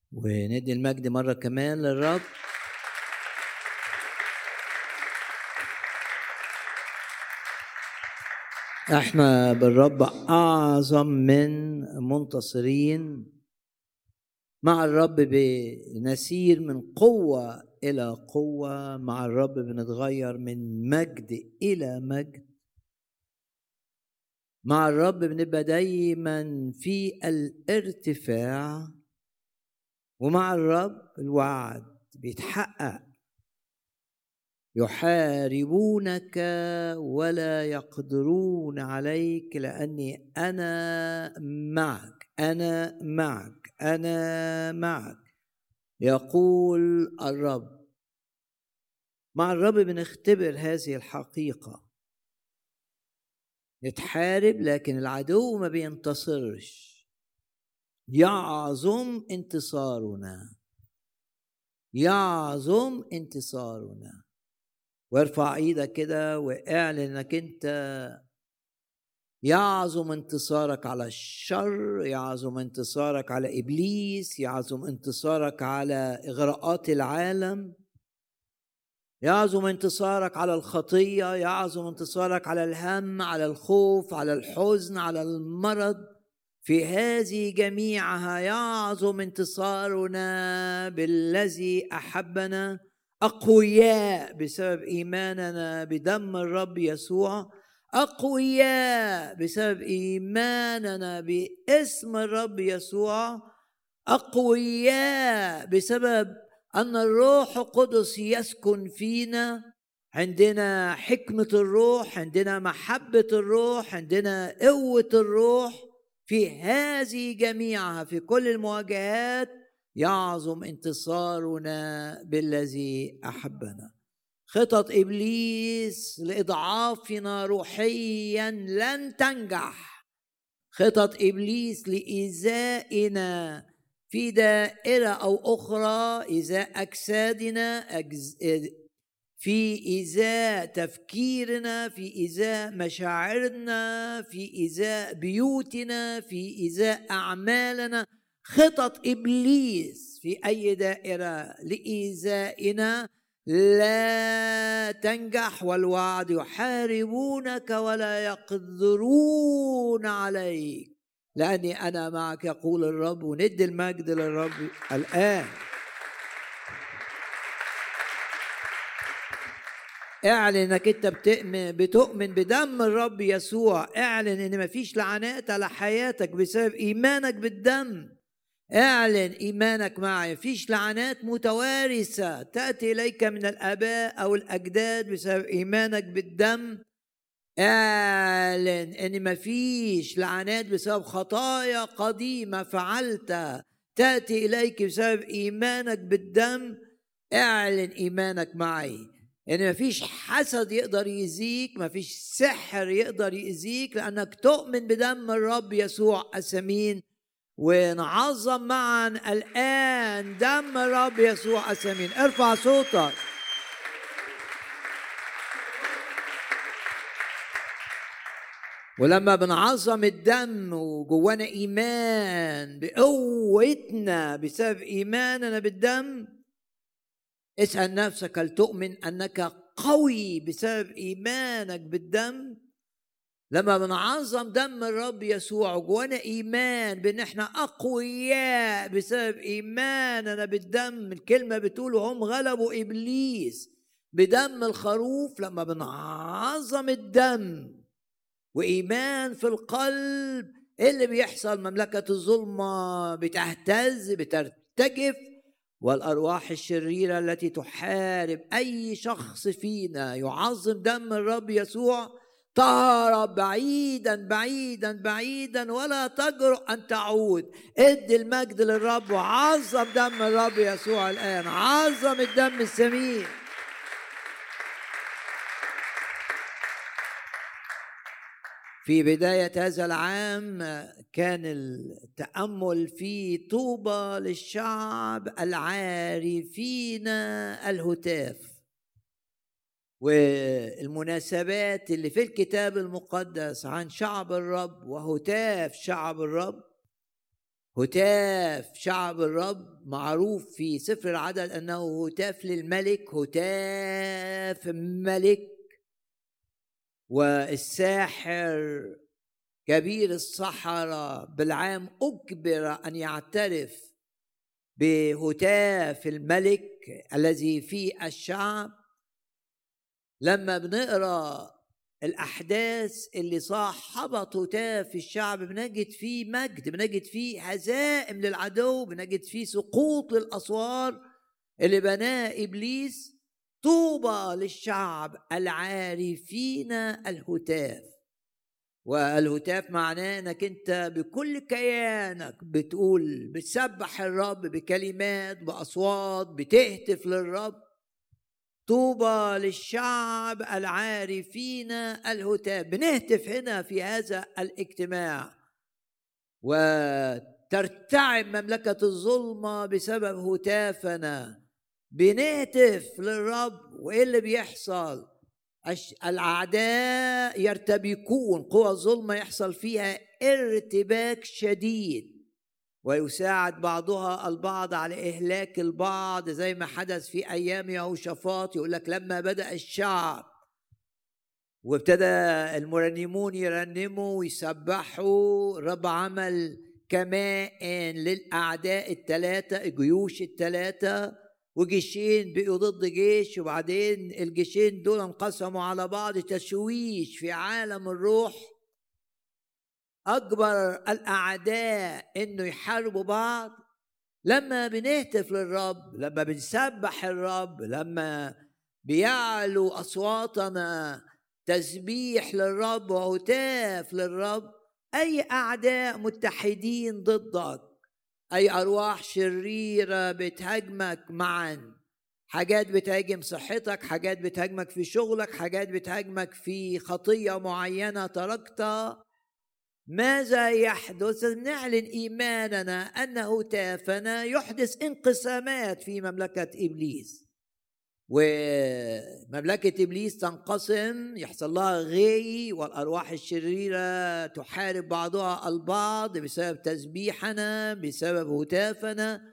وندي المجد مرة كمان للرب. احنا بالرب اعظم من منتصرين، مع الرب بنسير من قوة الى قوة، مع الرب بنتغير من مجد الى مجد، مع الرب بنبقى دايما في الارتفاع، ومع الرب الوعد بيتحقق. يحاربونك ولا يقدرون عليك لأني أنا معك، أنا معك، أنا معك، يقول الرب. مع الرب بنختبر هذه الحقيقة. نتحارب لكن العدو ما بينتصرش. يعظم انتصارنا، يعظم انتصارنا. وارفع ايدك كده واعلن انك انت يعظم انتصارك على الشر، يعظم انتصارك على ابليس، يعظم انتصارك على اغراءات العالم، يعظم انتصارك على الخطيه، يعظم انتصارك على الهم، على الخوف، على الحزن، على المرض. في هذه جميعها يعظم انتصارنا بالذي احبنا، أقوياء بسبب إيماننا بدم الرب يسوع، أقوياء بسبب إيماننا باسم الرب يسوع، أقوياء بسبب أن الروح القدس يسكن فينا. عندنا حكمة الروح، عندنا محبة الروح، عندنا قوة الروح. في هذه جميعها في كل المواجهات يعظم انتصارنا بالذي أحبنا. خطط إبليس لإضعافنا روحيا لن تنجح. خطط إبليس لإيذائنا في دائرة أو أخرى، إيذاء أجسادنا، في إيذاء تفكيرنا، في إيذاء مشاعرنا، في إيذاء بيوتنا، في إيذاء أعمالنا. خطط إبليس في أي دائرة لإيذائنا لا تنجح، والوعد يحاربونك ولا يقدرون عليك لأني أنا معك يقول الرب. وندي المجد للرب الآن. اعلن انك انت بتؤمن بدم الرب يسوع. اعلن ان مفيش لعنات على حياتك بسبب ايمانك بالدم. اعلن ايمانك معي، مفيش لعنات متوارثة تأتي اليك من الآباء او الاجداد بسبب ايمانك بالدم. اعلن ان مفيش لعنات بسبب خطايا قديمة فعلتها تأتي اليك بسبب ايمانك بالدم. اعلن ايمانك معي ان مفيش حسد يقدر يأذيك، مفيش سحر يقدر يأذيك، لانك تؤمن بدم الرب يسوع الثمين. ونعظم معا الان دم الرب يسوع الثمين. ارفع صوتك. ولما بنعظم الدم وجوانا ايمان بقوتنا بسبب ايماننا بالدم، اسأل نفسك هل تؤمن أنك قوي بسبب إيمانك بالدم؟ لما بنعظم دم الرب يسوع جوانا إيمان بأن احنا أقوياء بسبب إيماننا بالدم. الكلمة بتقول هم غلبوا إبليس بدم الخروف. لما بنعظم الدم وإيمان في القلب، إيه اللي بيحصل؟ مملكة الظلمة بتهتز، بترتجف، والأرواح الشريرة التي تحارب أي شخص فينا يعظم دم الرب يسوع تهرب بعيدا بعيدا بعيدا ولا تجرؤ أن تعود. ادي المجد للرب وعظم دم الرب يسوع الآن. عظم الدم الثمين. في بداية هذا العام كان التأمل في طوبى للشعب العارفين الهتاف، والمناسبات اللي في الكتاب المقدس عن شعب الرب وهتاف شعب الرب. هتاف شعب الرب معروف في سفر العدد أنه هتاف للملك، هتاف ملك. والساحر كبير السحرة بالعام أجبر أن يعترف بهتاف الملك الذي في الشعب. لما بنقرأ الأحداث اللي صاحبت هتاف الشعب بنجد فيه مجد، بنجد فيه هزائم للعدو، بنجد فيه سقوط للأسوار اللي بناه إبليس. طوبى للشعب العارفين الهتاف. والهتاف معناه انك انت بكل كيانك بتقول، بتسبح الرب بكلمات، بأصوات، بتهتف للرب. طوبى للشعب العارفين الهتاف. بنهتف هنا في هذا الاجتماع، وترتعب مملكة الظلمة بسبب هتافنا. بنهتف للرب. وإيه اللي بيحصل؟ الأعداء يرتبكون، قوى الظلمة يحصل فيها ارتباك شديد، ويساعد بعضها البعض على إهلاك البعض، زي ما حدث في أيام يهوشافاط. يقول لك لما بدأ الشعب وابتدى المرنمون يرنموا ويسبحوا، الرب عمل كمائن للأعداء الثلاثة، الجيوش الثلاثة، وجيشين بقوا ضد جيش، وبعدين الجيشين دول انقسموا على بعض. تشويش في عالم الروح أكبر الأعداء إنه يحاربوا بعض. لما بنهتف للرب، لما بنسبح الرب، لما بيعلو أصواتنا تسبيح للرب وهتاف للرب، أي أعداء متحدين ضدك، أي أرواح شريرة بتهاجمك معا، حاجات بتهاجم صحتك، حاجات بتهاجمك في شغلك، حاجات بتهاجمك في خطية معينة تركتها، ماذا يحدث؟ نعلن إيماننا أن هتافنا يحدث انقسامات في مملكة إبليس، ومملكة إبليس تنقسم، يحصل لها غي، والأرواح الشريرة تحارب بعضها البعض بسبب تسبيحنا، بسبب هتافنا.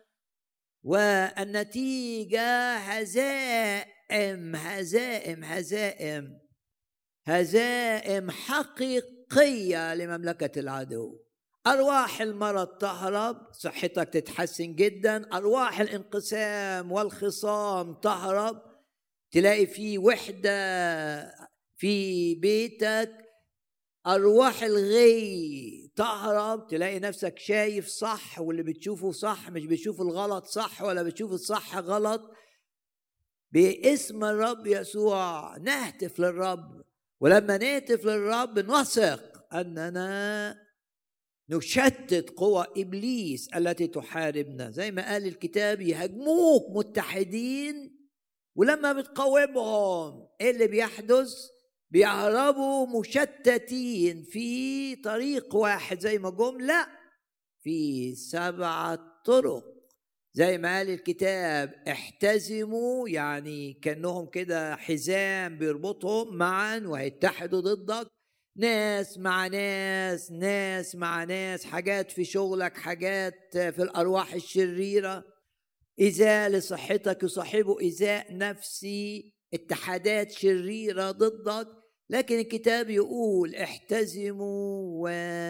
والنتيجة هزائم هزائم هزائم هزائم حقيقية لمملكة العدو. أرواح المرض تهرب، صحتك تتحسن جدا. أرواح الانقسام والخصام تهرب، تلاقي في وحدة في بيتك. أرواح الغي تهرب، تلاقي نفسك شايف صح، واللي بتشوفه صح، مش بتشوف الغلط صح ولا بتشوف الصح غلط. باسم الرب يسوع نهتف للرب، ولما نهتف للرب نثق أننا نشتت قوى إبليس التي تحاربنا. زي ما قال الكتاب يهاجموك متحدين، ولما بتقاومهم ايه اللي بيحدث؟ بيهربوا مشتتين في طريق واحد، زي ما جم لا في 7 طرق. زي ما قال الكتاب احتزموا، يعني كأنهم كده حزام بيربطهم معا وهيتحدوا ضدك. ناس مع ناس، ناس مع ناس، حاجات في شغلك، حاجات في الأرواح الشريرة. إيذاء لصحتك يصاحبه إيذاء نفسي، اتحادات شريرة ضدك. لكن الكتاب يقول احتزموا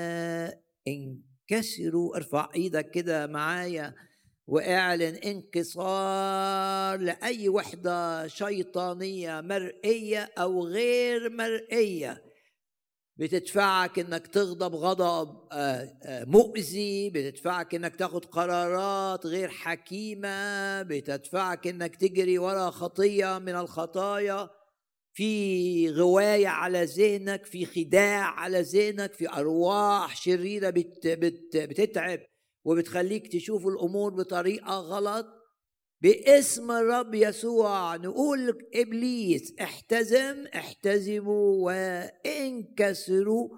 وانكسروا. ارفع ايدك كده معايا واعلن انكسار لأي وحدة شيطانية مرئية أو غير مرئية بتدفعك انك تغضب غضب مؤذي، بتدفعك انك تاخد قرارات غير حكيمة، بتدفعك انك تجري وراء خطية من الخطايا، في غواية على ذهنك، في خداع على ذهنك، في أرواح شريرة بتتعب وبتخليك تشوف الأمور بطريقة غلط. باسم الرب يسوع نقول إبليس احتزم، احتزموا وانكسروا،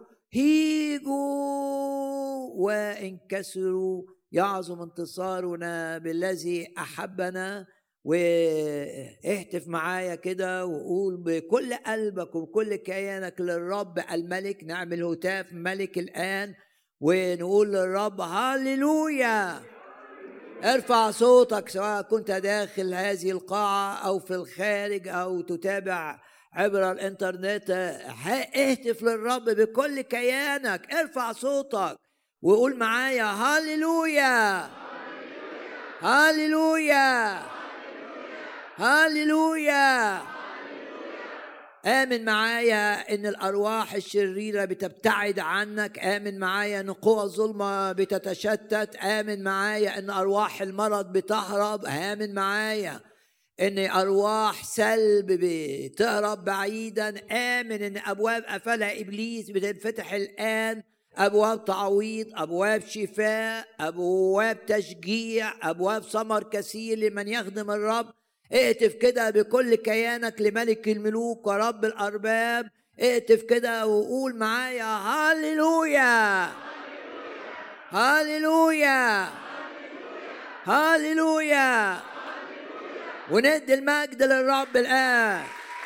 هيجوا وانكسروا. يعظم انتصارنا بالذي أحبنا. واهتف معايا كده وقول بكل قلبك وبكل كيانك للرب الملك. نعمل هتاف ملك الآن ونقول للرب هاليلويا. ارفع صوتك سواء كنت داخل هذه القاعة أو في الخارج أو تتابع عبر الإنترنت. اهتف للرب بكل كيانك، ارفع صوتك وقول معايا هاليلويا هاليلويا هاليلويا. آمن معايا إن الأرواح الشريرة بتبتعد عنك، آمن معايا إن قوى الظلمة بتتشتت، آمن معايا إن أرواح المرض بتهرب، آمن معايا إن أرواح سلب بتهرب بعيدا، آمن إن أبواب قفلها إبليس بتنفتح الآن، أبواب تعويض، أبواب شفاء، أبواب تشجيع، أبواب ثمر كثير لمن يخدم الرب. اهتف كده بكل كيانك لملك الملوك ورب الأرباب. اهتف كده وقول معايا هاليلويا هاليلويا هاليلويا. وندي المجد للرب الآن.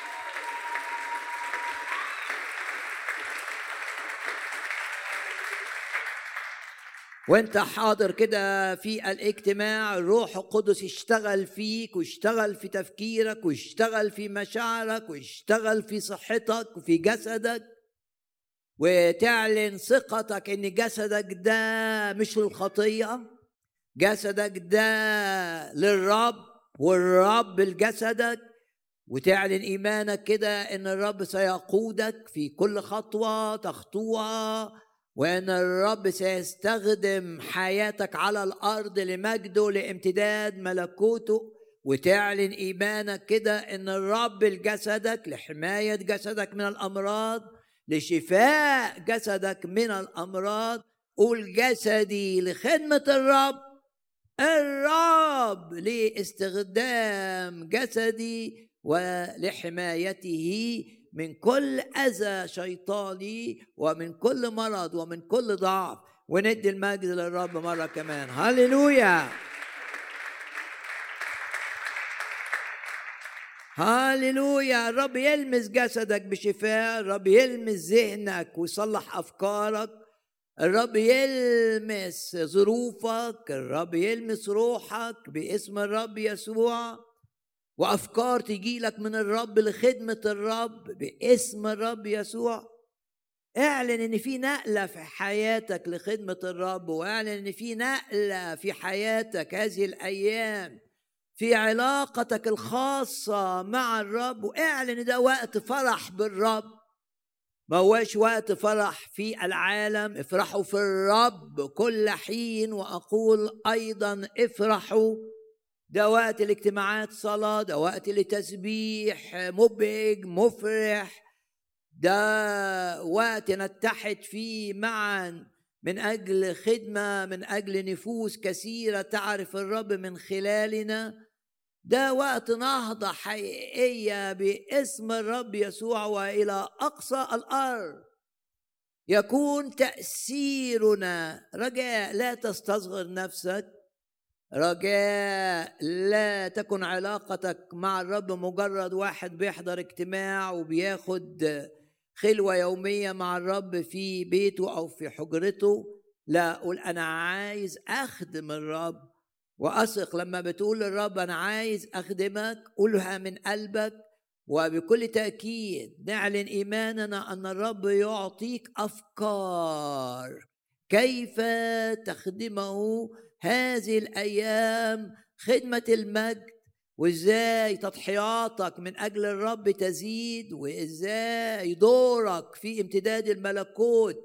وانت حاضر كده في الاجتماع، الروح القدس يشتغل فيك ويشتغل في تفكيرك ويشتغل في مشاعرك ويشتغل في صحتك وفي جسدك، وتعلن ثقتك ان جسدك ده مش للخطية، جسدك ده للرب والرب لجسدك، وتعلن إيمانك كده إن الرب سيقودك في كل خطوة تخطوها، وإن الرب سيستخدم حياتك على الأرض لمجده لامتداد ملكوته. وتعلن إيمانك كده إن الرب لجسدك، لحماية جسدك من الأمراض، لشفاء جسدك من الأمراض. قول جسدي لخدمة الرب، الرب لاستخدام جسدي ولحمايته من كل أذى شيطاني ومن كل مرض ومن كل ضعف. وندي المجد للرب مرة كمان. هاليلويا هاليلويا. الرب يلمس جسدك بشفاء، الرب يلمس ذهنك ويصلح أفكارك، الرب يلمس ظروفك، الرب يلمس روحك باسم الرب يسوع، وأفكار تجي لك من الرب لخدمة الرب باسم الرب يسوع. اعلن ان في نقلة في حياتك لخدمة الرب، واعلن ان في نقلة في حياتك هذه الأيام في علاقتك الخاصة مع الرب، واعلن ده وقت فرح بالرب، ما هوش وقت فرح في العالم. افرحوا في الرب كل حين، وأقول أيضا افرحوا. ده وقت الاجتماعات صلاة، ده وقت لتسبيح مبهج مفرح، ده وقت نتحد فيه معا من أجل خدمة، من أجل نفوس كثيرة تعرف الرب من خلالنا. ده وقت نهضة حقيقية باسم الرب يسوع، وإلى أقصى الأرض يكون تأثيرنا. رجاء لا تستصغر نفسك، رجاء لا تكن علاقتك مع الرب مجرد واحد بيحضر اجتماع وبياخد خلوة يومية مع الرب في بيته أو في حجرته. لا، قول أنا عايز أخدم الرب، وأثق لما بتقول للرب أنا عايز أخدمك قولها من قلبك. وبكل تأكيد نعلن إيماننا أن الرب يعطيك أفكار كيف تخدمه هذه الأيام، خدمة المجد، وإزاي تضحياتك من أجل الرب تزيد، وإزاي دورك في امتداد الملكوت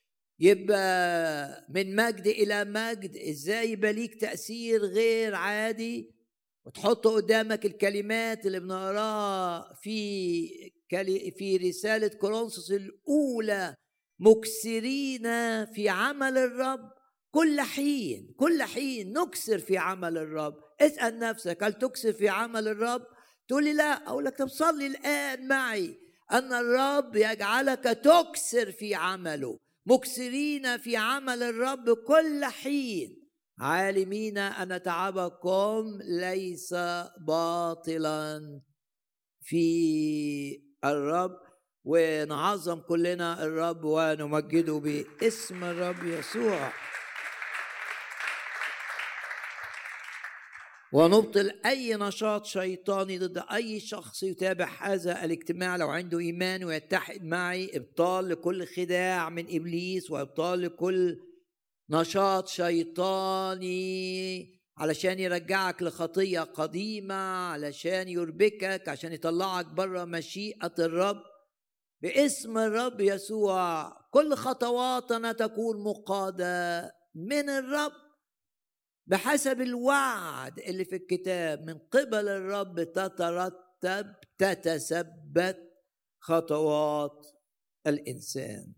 يبقى من مجد إلى مجد، إزاي يبقى ليك تأثير غير عادي. وتحط قدامك الكلمات اللي بنقراها في رسالة كورنثوس الأولى: مكسرين في عمل الرب كل حين. كل حين نكسر في عمل الرب. اسأل نفسك هل تكسر في عمل الرب؟ تقول لي لا. أقول لك طب صلي الآن معي أن الرب يجعلك تكسر في عمله. مكسرين في عمل الرب كل حين، عالمين أن تعبكم ليس باطلا في الرب. ونعظم كلنا الرب ونمجده باسم الرب يسوع، ونبطل أي نشاط شيطاني ضد أي شخص يتابع هذا الاجتماع لو عنده إيمان ويتحد معي. إبطال لكل خداع من إبليس، وإبطال لكل نشاط شيطاني علشان يرجعك لخطية قديمة، علشان يربكك، عشان يطلعك بره مشيئة الرب باسم الرب يسوع. كل خطواتنا تكون مقادة من الرب بحسب الوعد اللي في الكتاب. من قبل الرب تتثبت خطوات الإنسان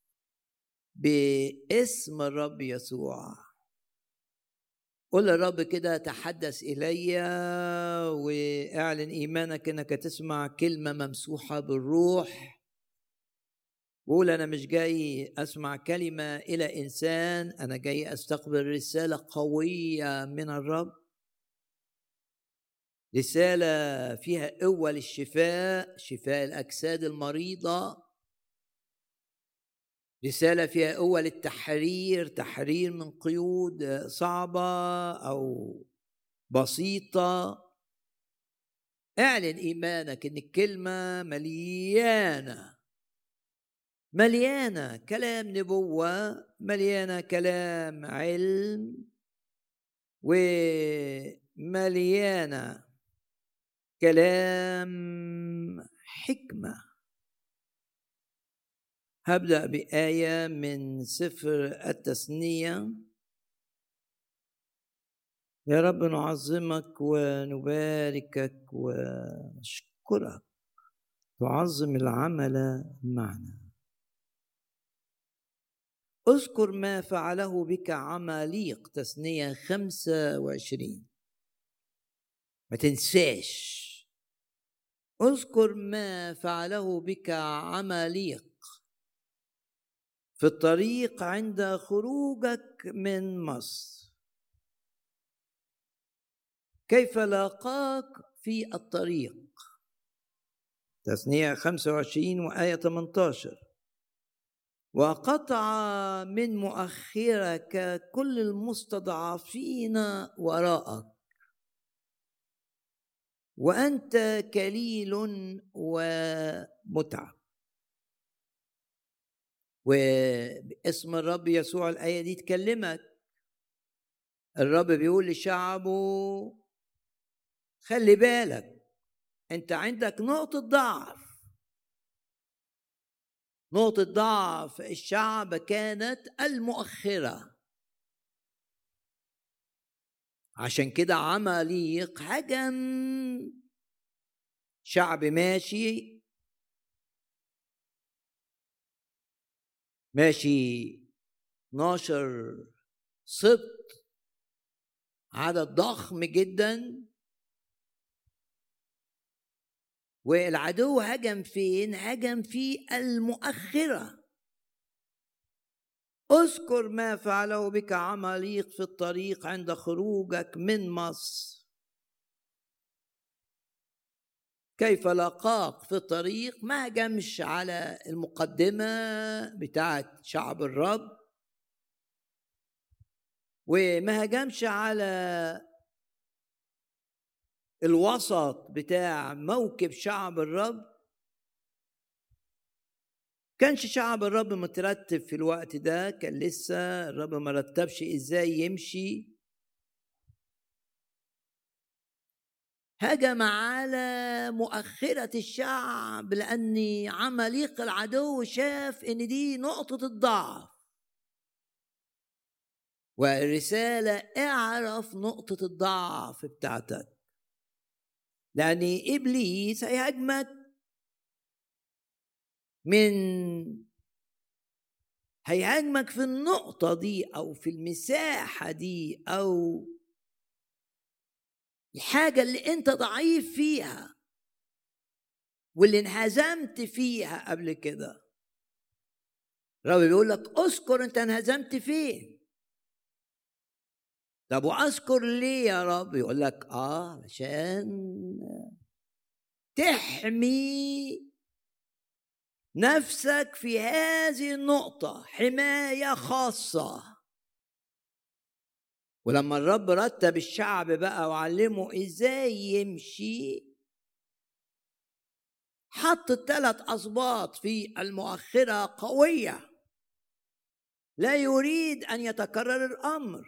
باسم الرب يسوع. قل للرب كده: تحدث إلي، واعلن إيمانك إنك تسمع كلمة ممسوحة بالروح. قول: أنا مش جاي أسمع كلمة إلى إنسان، أنا جاي أستقبل رسالة قوية من الرب، رسالة فيها قوة للشفاء، شفاء الأجساد المريضة، رسالة فيها قوة للتحرير، تحرير من قيود صعبة أو بسيطة. اعلن إيمانك إن الكلمة مليانة كلام نبوة، مليانة كلام علم، ومليانة كلام حكمة. هبدأ بآية من سفر التثنية. يا رب نعظمك ونباركك ونشكرك، تعظم العمل معنا. اذكر ما فعله بك عماليق، تثنية 25. ما تنساش، اذكر ما فعله بك عماليق في الطريق عند خروجك من مصر، كيف لاقاك في الطريق. تثنية 25 وآية 18. وقطع من مؤخرك كل المستضعفين وراءك، وأنت كليل ومتعب. وباسم الرب يسوع الآية دي تكلمك. الرب بيقول لشعبه: خلي بالك، أنت عندك نقطة ضعف. نقطة ضعف الشعب كانت المؤخرة، عشان كده عماليق هجم شعب ماشي 12 سبط، عدد ضخم جدا. والعدو هجم فين؟ هجم في المؤخرة. اذكر ما فعله بك عماليق في الطريق عند خروجك من مصر، كيف لاقاك في الطريق. ما هجمش على المقدمة بتاعت شعب الرب، وما هجمش على الوسط بتاع موكب شعب الرب. كانش شعب الرب مترتب في الوقت ده، كان لسه الرب ما رتبش ازاي يمشي. هجم على مؤخرة الشعب لأن عماليق العدو شاف إن دي نقطة الضعف. والرسالة: اعرف نقطة الضعف بتاعتك، لأن إبليس هيهاجمك هيهاجمك في النقطة دي أو في المساحة دي أو الحاجة اللي أنت ضعيف فيها واللي انهزمت فيها قبل كده. الرب بيقول لك: اذكر أنت انهزمت فين. طب وأذكر ليه يا رب؟ يقول لك: عشان تحمي نفسك في هذه النقطة حماية خاصة. ولما الرب رتب الشعب بقى وعلمه ازاي يمشي، حط 3 أسباط في المؤخرة قوية، لا يريد أن يتكرر الأمر.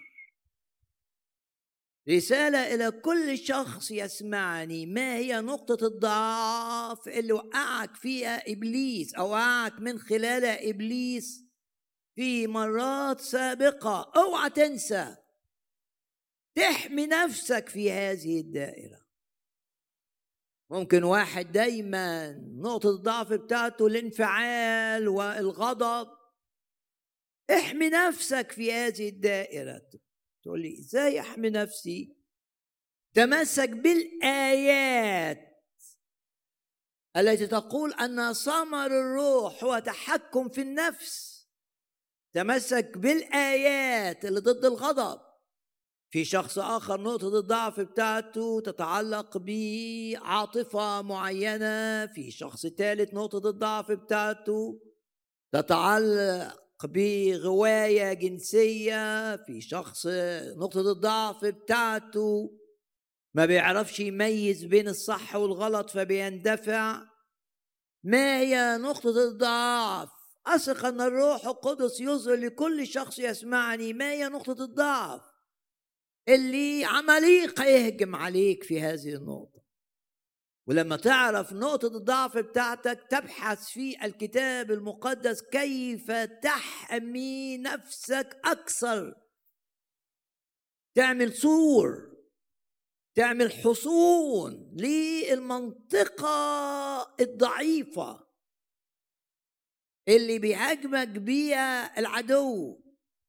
رسالة إلى كل شخص يسمعني: ما هي نقطة الضعف اللي وقعك فيها إبليس أو وقعك من خلالها إبليس في مرات سابقة؟ اوعى تنسى تحمي نفسك في هذه الدائرة. ممكن واحد دايما نقطة الضعف بتاعته الانفعال والغضب. احمي نفسك في هذه الدائرة. تقول لي ازاي احمي نفسي؟ تمسك بالآيات التي تقول أن ثمر الروح هو تحكم في النفس. تمسك بالآيات اللي ضد الغضب. في شخص آخر نقطة الضعف بتاعته تتعلق بعاطفة معينة. في شخص ثالث نقطة الضعف بتاعته تتعلق بغواية جنسية. في شخص نقطة الضعف بتاعته ما بيعرفش يميز بين الصح والغلط فبيندفع. ما هي نقطة الضعف؟ أثق أن الروح القدس يظهر لكل شخص يسمعني ما هي نقطة الضعف اللي عماليق يهجم عليك في هذه النقطة. ولما تعرف نقطة الضعف بتاعتك تبحث في الكتاب المقدس كيف تحمي نفسك أكثر. تعمل سور، تعمل حصون للمنطقة الضعيفة اللي بيهاجمك بيها العدو.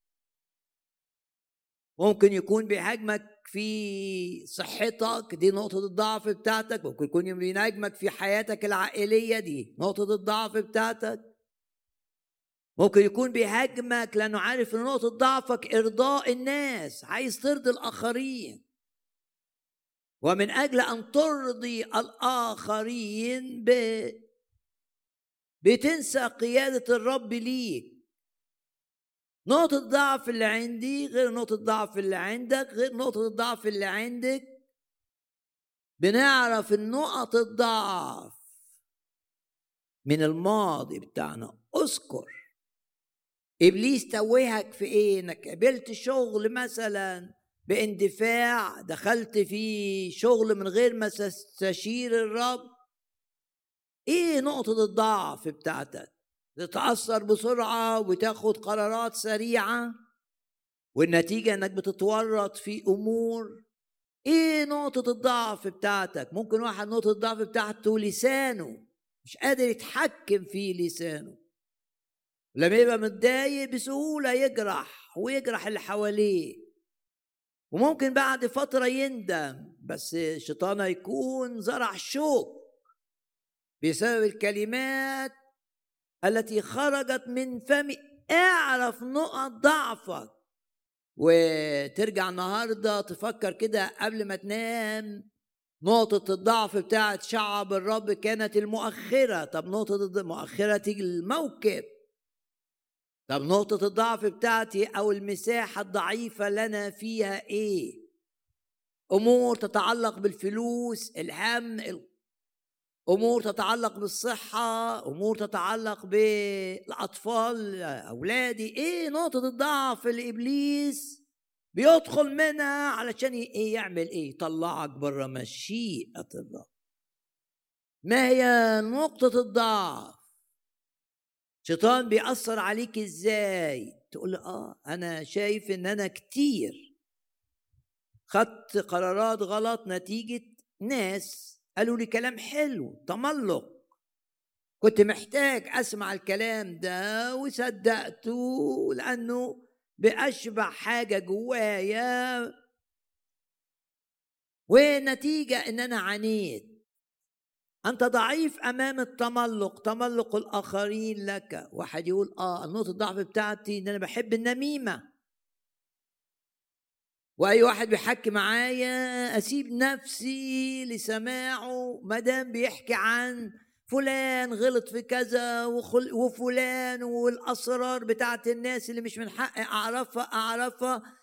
ممكن يكون بيهاجمك في صحتك، دي نقطة الضعف بتاعتك. ممكن يكون بيهاجمك في حياتك العائلية، دي نقطة الضعف بتاعتك. ممكن يكون بيهاجمك لأنه عارف إن نقطة ضعفك إرضاء الناس، عايز ترضي الآخرين، ومن أجل أن ترضي الآخرين بتنسى قيادة الرب ليك. نقطة الضعف اللي عندي غير نقطة الضعف اللي عندك غير نقطة الضعف اللي عندك. بنعرف النقط الضعف من الماضي بتاعنا. اذكر إبليس توهك في إيه؟ إنك قبلت شغل مثلا باندفاع، دخلت في شغل من غير ما تستشير الرب. إيه نقطة الضعف بتاعتك؟ تتأثر بسرعة وتاخد قرارات سريعة، والنتيجة انك بتتورط في امور. ايه نقطة الضعف بتاعتك؟ ممكن واحد نقطة الضعف بتاعته لسانه، مش قادر يتحكم في لسانه. لما يبقى متضايق بسهولة يجرح ويجرح اللي حواليه، وممكن بعد فترة يندم. بس الشيطان يكون زرع شوك بسبب الكلمات التي خرجت من فمي. اعرف نقط ضعفك وترجع النهاردة تفكر كده قبل ما تنام. نقطة الضعف بتاعت شعب الرب كانت المؤخرة. طب نقطة المؤخرة تيجي الموكب. طب نقطة الضعف بتاعتي أو المساحة الضعيفة لنا فيها إيه؟ أمور تتعلق بالفلوس، الهم، أمور تتعلق بالصحة، أمور تتعلق بالأطفال أولادي. إيه نقطة الضعف اللي إبليس بيدخل منها علشان إيه يعمل إيه؟ يطلعك بره مشيئة الرب. ما هي نقطة الضعف؟ شيطان بيأثر عليك إزاي؟ تقول أنا شايف إن أنا كتير خدت قرارات غلط نتيجة ناس قالوا لي كلام حلو، تملق، كنت محتاج أسمع الكلام ده وصدقته لأنه بأشبع حاجة جوايا، ونتيجة إن أنا عانيت. أنت ضعيف أمام التملق، تملق الآخرين لك. واحد يقول النقطة الضعف بتاعتي إن أنا بحب النميمة، وأي واحد بيحكي معايا أسيب نفسي لسماعه مادام بيحكي عن فلان غلط في كذا وفلان، والاسرار بتاعت الناس اللي مش من حقي اعرفها.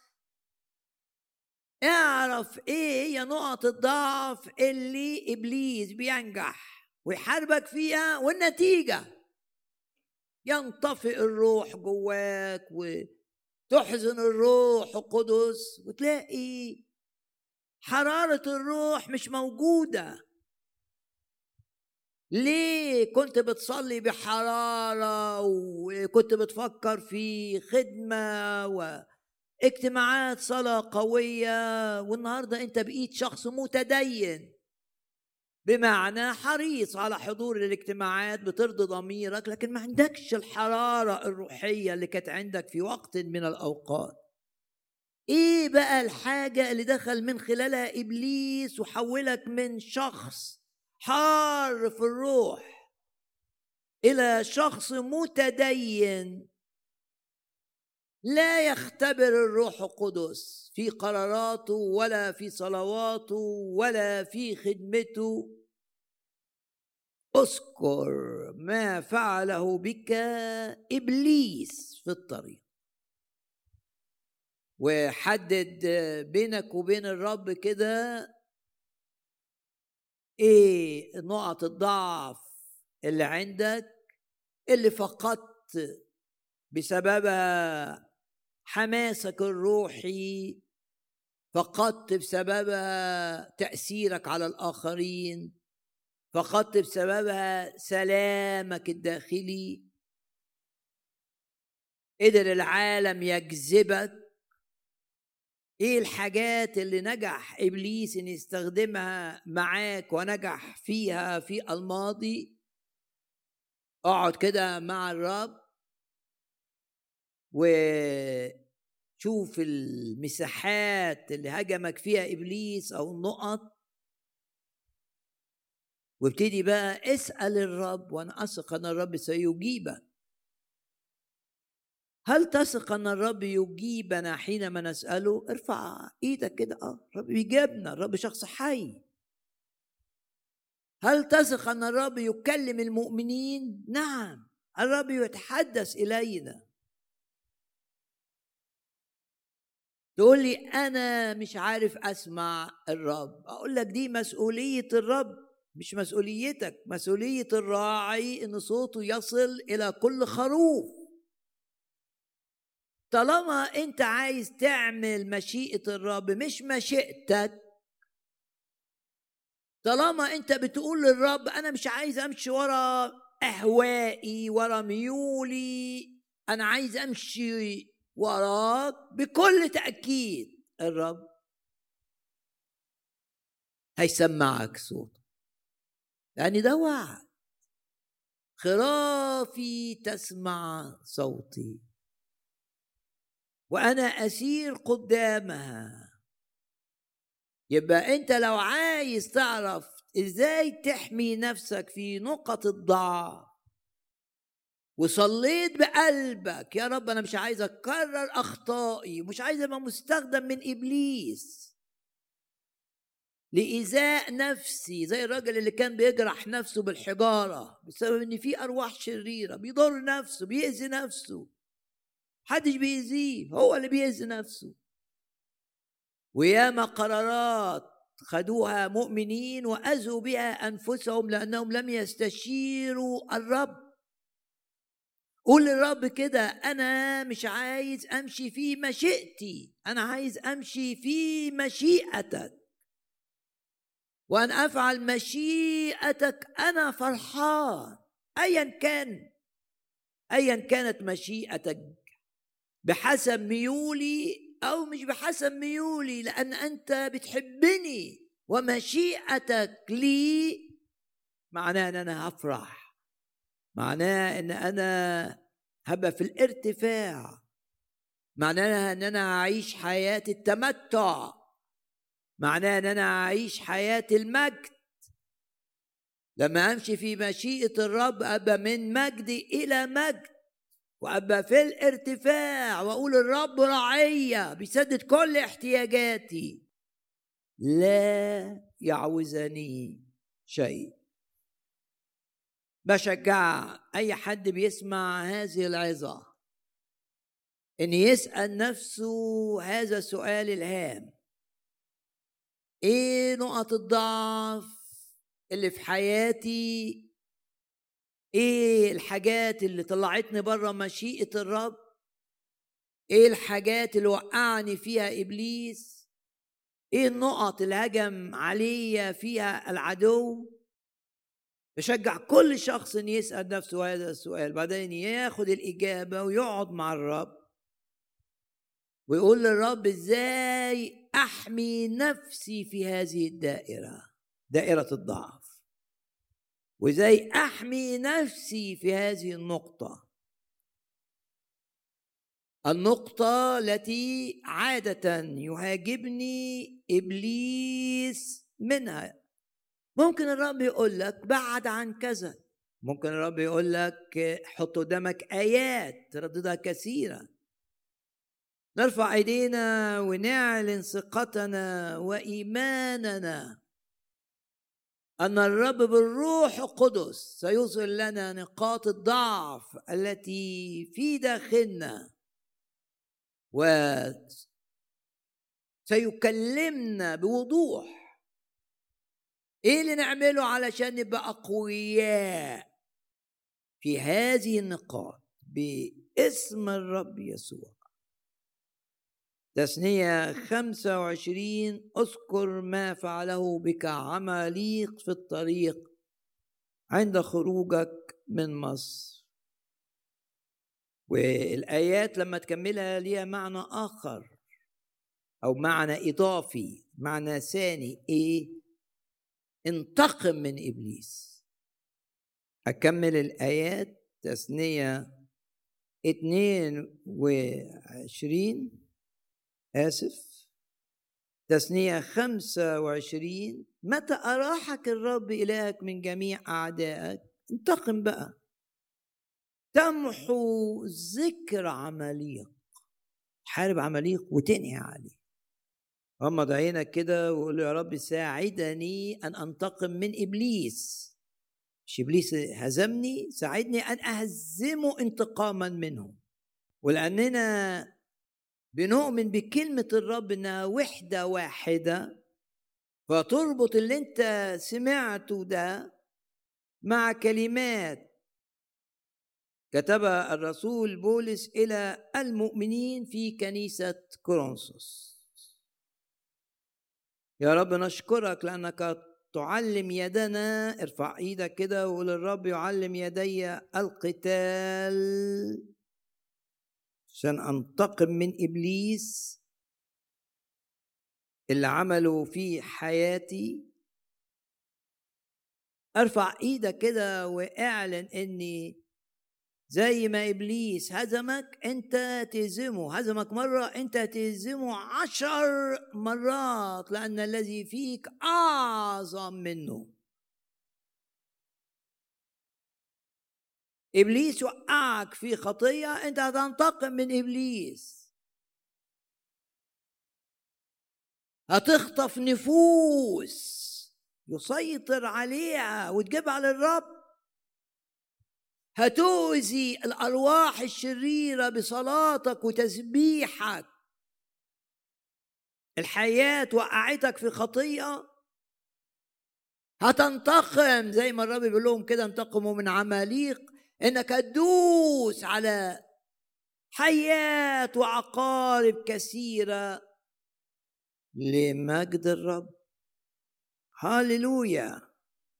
اعرف ايه هي نقط الضعف اللي ابليس بينجح ويحاربك فيها، والنتيجه ينطفئ الروح جواك وتحزن الروح القدس، وتلاقي حراره الروح مش موجوده. ليه؟ كنت بتصلي بحراره وكنت بتفكر في خدمه واجتماعات صلاه قويه، والنهارده انت بقيت شخص متدين، بمعنى حريص على حضور الاجتماعات، بترضي ضميرك، لكن ما عندكش الحرارة الروحية اللي كانت عندك في وقت من الأوقات. ايه بقى الحاجة اللي دخل من خلالها إبليس وحولك من شخص حار في الروح إلى شخص متدين لا يختبر الروح القدس في قراراته ولا في صلواته ولا في خدمته؟ اذكر ما فعله بك إبليس في الطريق، وحدد بينك وبين الرب كده ايه نقط الضعف اللي عندك، اللي فقدت بسببها حماسك الروحي، فقدت بسببها تأثيرك على الآخرين، فقدت بسببها سلامك الداخلي، قدر العالم يجذبك. ايه الحاجات اللي نجح ابليس ان يستخدمها معاك ونجح فيها في الماضي؟ اقعد كده مع الرب وشوف المساحات اللي هجمك فيها ابليس او النقط، وابتدي بقى اسأل الرب، وانا اثق ان الرب سيجيبك. هل تثق ان الرب يجيبنا حينما نسأله؟ ارفع ايدك كده. الرب بيجيبنا، الرب شخص حي. هل تثق ان الرب يكلم المؤمنين؟ نعم، الرب يتحدث الينا. تقول لي انا مش عارف اسمع الرب، اقول لك دي مسؤولية الرب مش مسؤوليتك. مسؤولية الراعي ان صوته يصل الى كل خروف. طالما انت عايز تعمل مشيئة الرب مش مشيئتك، طالما انت بتقول للرب انا مش عايز امشي ورا اهوائي ورا ميولي، انا عايز امشي وراك، بكل تأكيد الرب هيسمعك صوت، لأن ده وعد. خرافي تسمع صوتي وأنا أسير قدامها. يبقى أنت لو عايز تعرف إزاي تحمي نفسك في نقط الضعف، وصليت بقلبك يا رب أنا مش عايز أكرر أخطائي، مش عايز أبقى مستخدم من إبليس لإيذاء نفسي، زي الراجل اللي كان بيجرح نفسه بالحجارة بسبب إن في أرواح شريرة، بيضر نفسه، بيأذي نفسه، محدش بيأذيه، هو اللي بيأذي نفسه. وياما قرارات خدوها مؤمنين وأذوا بها أنفسهم لأنهم لم يستشيروا الرب. قول للرب كده أنا مش عايز أمشي في مشيئتي، أنا عايز أمشي في مشيئتك، وأن أفعل مشيئتك أنا فرحان. أيا كانت مشيئتك، بحسب ميولي أو مش بحسب ميولي، لأن أنت بتحبني ومشيئتك لي، معناه أن أنا هفرح، معناه أن أنا هبقى في الارتفاع، معناها أن أنا أعيش حياة التمتع، معناها أن أنا أعيش حياة المجد. لما أمشي في مشيئة الرب أبقى من مجد إلى مجد، وأبقى في الارتفاع، وأقول الرب رعية بيسدد كل احتياجاتي، لا يعوزني شيء. بشجع أي حد بيسمع هذه العظة إن يسأل نفسه هذا السؤال الهام: إيه نقط الضعف اللي في حياتي؟ إيه الحاجات اللي طلعتني بره مشيئة الرب؟ إيه الحاجات اللي وقعني فيها إبليس؟ إيه النقط اللي هجم عليا فيها العدو؟ بشجع كل شخص إن يسأل نفسه هذا السؤال، بعدين ياخد الإجابة ويقعد مع الرب ويقول للرب: إزاي أحمي نفسي في هذه الدائرة، دائرة الضعف، وإزاي أحمي نفسي في هذه النقطة التي عادة يهاجمني إبليس منها. ممكن الرب يقول لك بعد عن كذا، ممكن الرب يقول لك حط قدامك آيات ترددها كثيرا. نرفع ايدينا ونعلن ثقتنا وإيماننا أن الرب بالروح القدس سيظهر لنا نقاط الضعف التي في داخلنا، وسيكلمنا بوضوح ايه اللي نعمله علشان نبقى اقوياء في هذه النقاط باسم الرب يسوع. تثنية 25: اذكر ما فعله بك عماليق في الطريق عند خروجك من مصر. والآيات لما تكملها ليها معنى آخر أو معنى إضافي، معنى ثاني: إيه؟ انتقم من إبليس. أكمل الآيات. تثنية 22 تثنية 25: متى أراحك الرب إلهك من جميع أعدائك انتقم بقى، تمحو ذكر عماليق، حارب عماليق وتنهي عليه. غمض عينك كده وقول يا رب ساعدني أن أنتقم من إبليس. مش إبليس هزمني، ساعدني أن أهزمه انتقاما منه. ولأننا بنؤمن بكلمة الرب إنها وحدة واحدة، فتربط اللي انت سمعته ده مع كلمات كتبها الرسول بولس إلى المؤمنين في كنيسة كورنثوس. يا رب نشكرك لأنك تعلم يدنا. ارفع ايدك كده وقول الرب يعلم يدي القتال عشان أنتقم من إبليس اللي عمله في حياتي. ارفع ايدك كده واعلن اني زي ما إبليس هزمك أنت تهزمه، هزمك مرة أنت تهزمه 10 مرات، لأن الذي فيك أعظم منه. إبليس وقعك في خطية، أنت هتنتقم من إبليس، هتخطف نفوس يسيطر عليها وتجيبها للرب، هتؤذي الأرواح الشريرة بصلاتك وتسبيحك. الحياة وقعتك في خطيئة، هتنتقم زي ما الرب بيقول لهم كده: انتقموا من عماليق، انك هتدوس على حيات وعقارب كثيرة لمجد الرب. هاليلويا.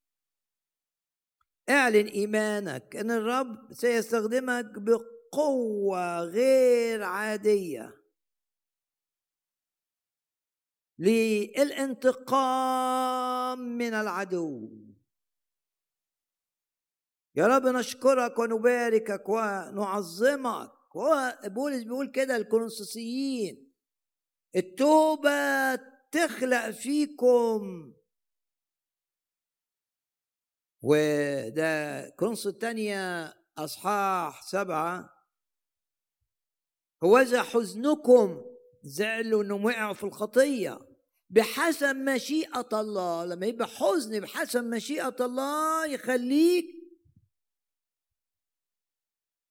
اعلن إيمانك ان الرب سيستخدمك بقوة غير عادية للانتقام من العدو. يا رب نشكرك ونباركك ونعظمك. بولس بيقول كده الكورنثوسيين: التوبة تخلق فيكم. وده كورنثوس الثانية أصحاح 7: هوذا حزنكم، زعلوا انهم وقعوا في الخطية بحسب مشيئة الله. لما يبقى حزن بحسب مشيئة الله يخليك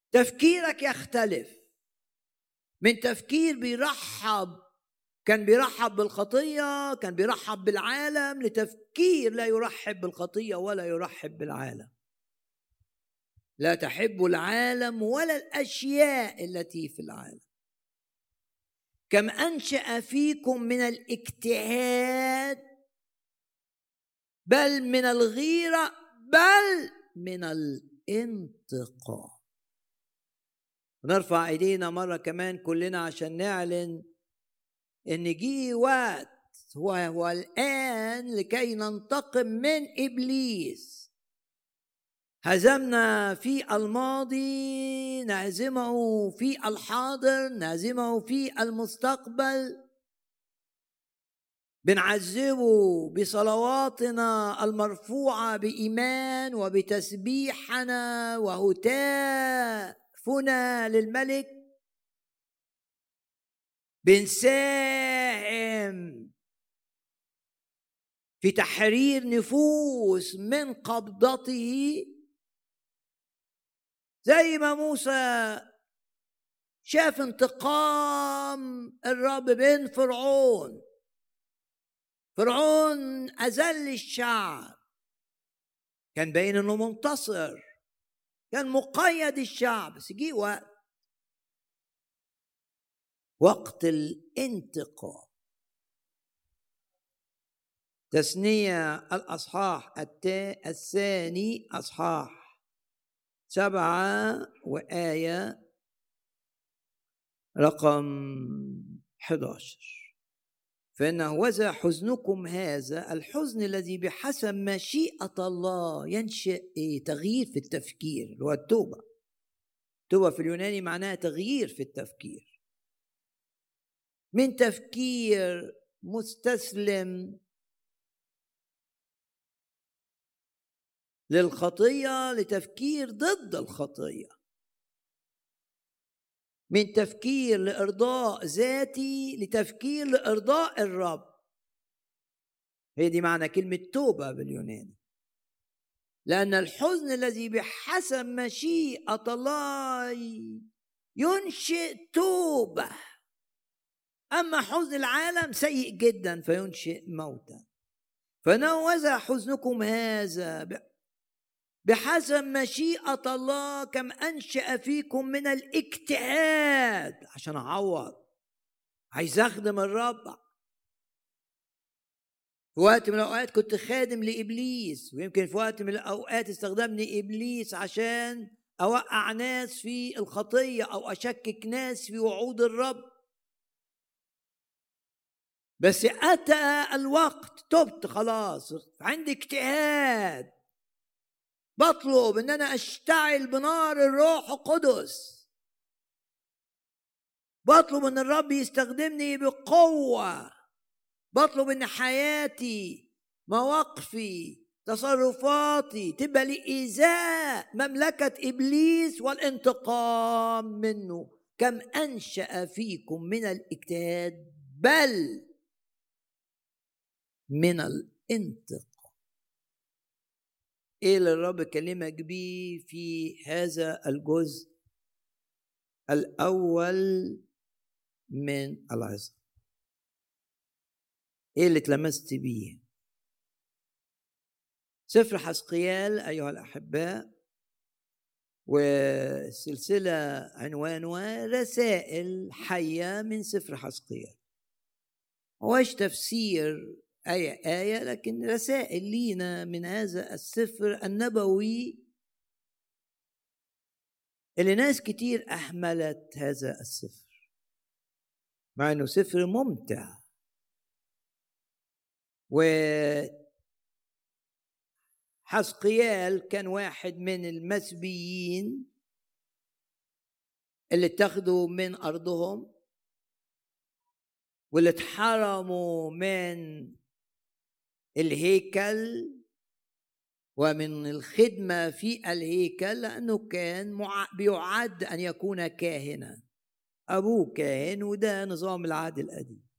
تفكيرك يختلف من تفكير كان بيرحب بالخطية، كان بيرحب بالعالم، لتفكير لا يرحب بالخطية ولا يرحب بالعالم. لا تحب العالم ولا الأشياء التي في العالم. كم أنشأ فيكم من الاجتهاد بل من الغيرة بل من الانتقام. نرفع ايدينا مرة كمان كلنا عشان نعلن ان جه وقت هو الآن لكي ننتقم من إبليس. هزمنا في الماضي، نهزمه في الحاضر، نهزمه في المستقبل. بنعذبه بصلواتنا المرفوعة بإيمان وبتسبيحنا وهتافنا للملك. بنساهم في تحرير نفوس من قبضته، زي ما موسى شاف انتقام الرب بين فرعون أذل الشعب، كان باين انه منتصر، كان مقيد الشعب، بس جه وقت الانتقام. تثنية الأصحاح الثاني أصحاح 7 وآية رقم 11: فإنه وذا حزنكم هذا الحزن الذي بحسب مشيئة الله ينشئ تغيير في التفكير، اللي هو التوبة. التوبة في اليوناني معناها تغيير في التفكير، من تفكير مستسلم للخطية لتفكير ضد الخطية، من تفكير لإرضاء ذاتي لتفكير لإرضاء الرب. هي دي معنى كلمة توبة باليوناني. لأن الحزن الذي بحسب مشيئة الله ينشئ توبة، أما حزن العالم سيء جدا فينشئ موتا. فنوذا حزنكم هذا بحسب مشيئة الله كم أنشأ فيكم من الاجتهاد، عشان أعوض، عايز أخدم الرب. في وقت من الأوقات كنت خادم لإبليس، ويمكن في وقت من الأوقات استخدمني إبليس عشان أوقع ناس في الخطية أو أشكك ناس في وعود الرب. بس أتى الوقت، تبت خلاص، عندي اجتهاد، بطلب ان انا اشتعل بنار الروح القدس، بطلب ان الرب يستخدمني بقوة، بطلب ان حياتي، مواقفي، تصرفاتي تبقى لإيذاء مملكة إبليس والانتقام منه. كم أنشأ فيكم من الاجتهاد بل من الانتقام. ايه اللي الرب كلمك بيه في هذا الجزء الاول من العظة؟ ايه اللي تلمست بيه؟ سفر حزقيال ايها الاحباء، وسلسلة عنوانها رسائل حية من سفر حزقيال. هوش تفسير آية لكن رسائل لينا من هذا السفر النبوي اللي ناس كتير أهملت هذا السفر، مع أنه سفر ممتع. وحزقيال كان واحد من المسبيين اللي اتخذوا من أرضهم، واللي اتحرموا من الهيكل ومن الخدمة في الهيكل، لأنه كان بيعد أن يكون كاهنا، أبوه كاهن، وده نظام العهد القديم.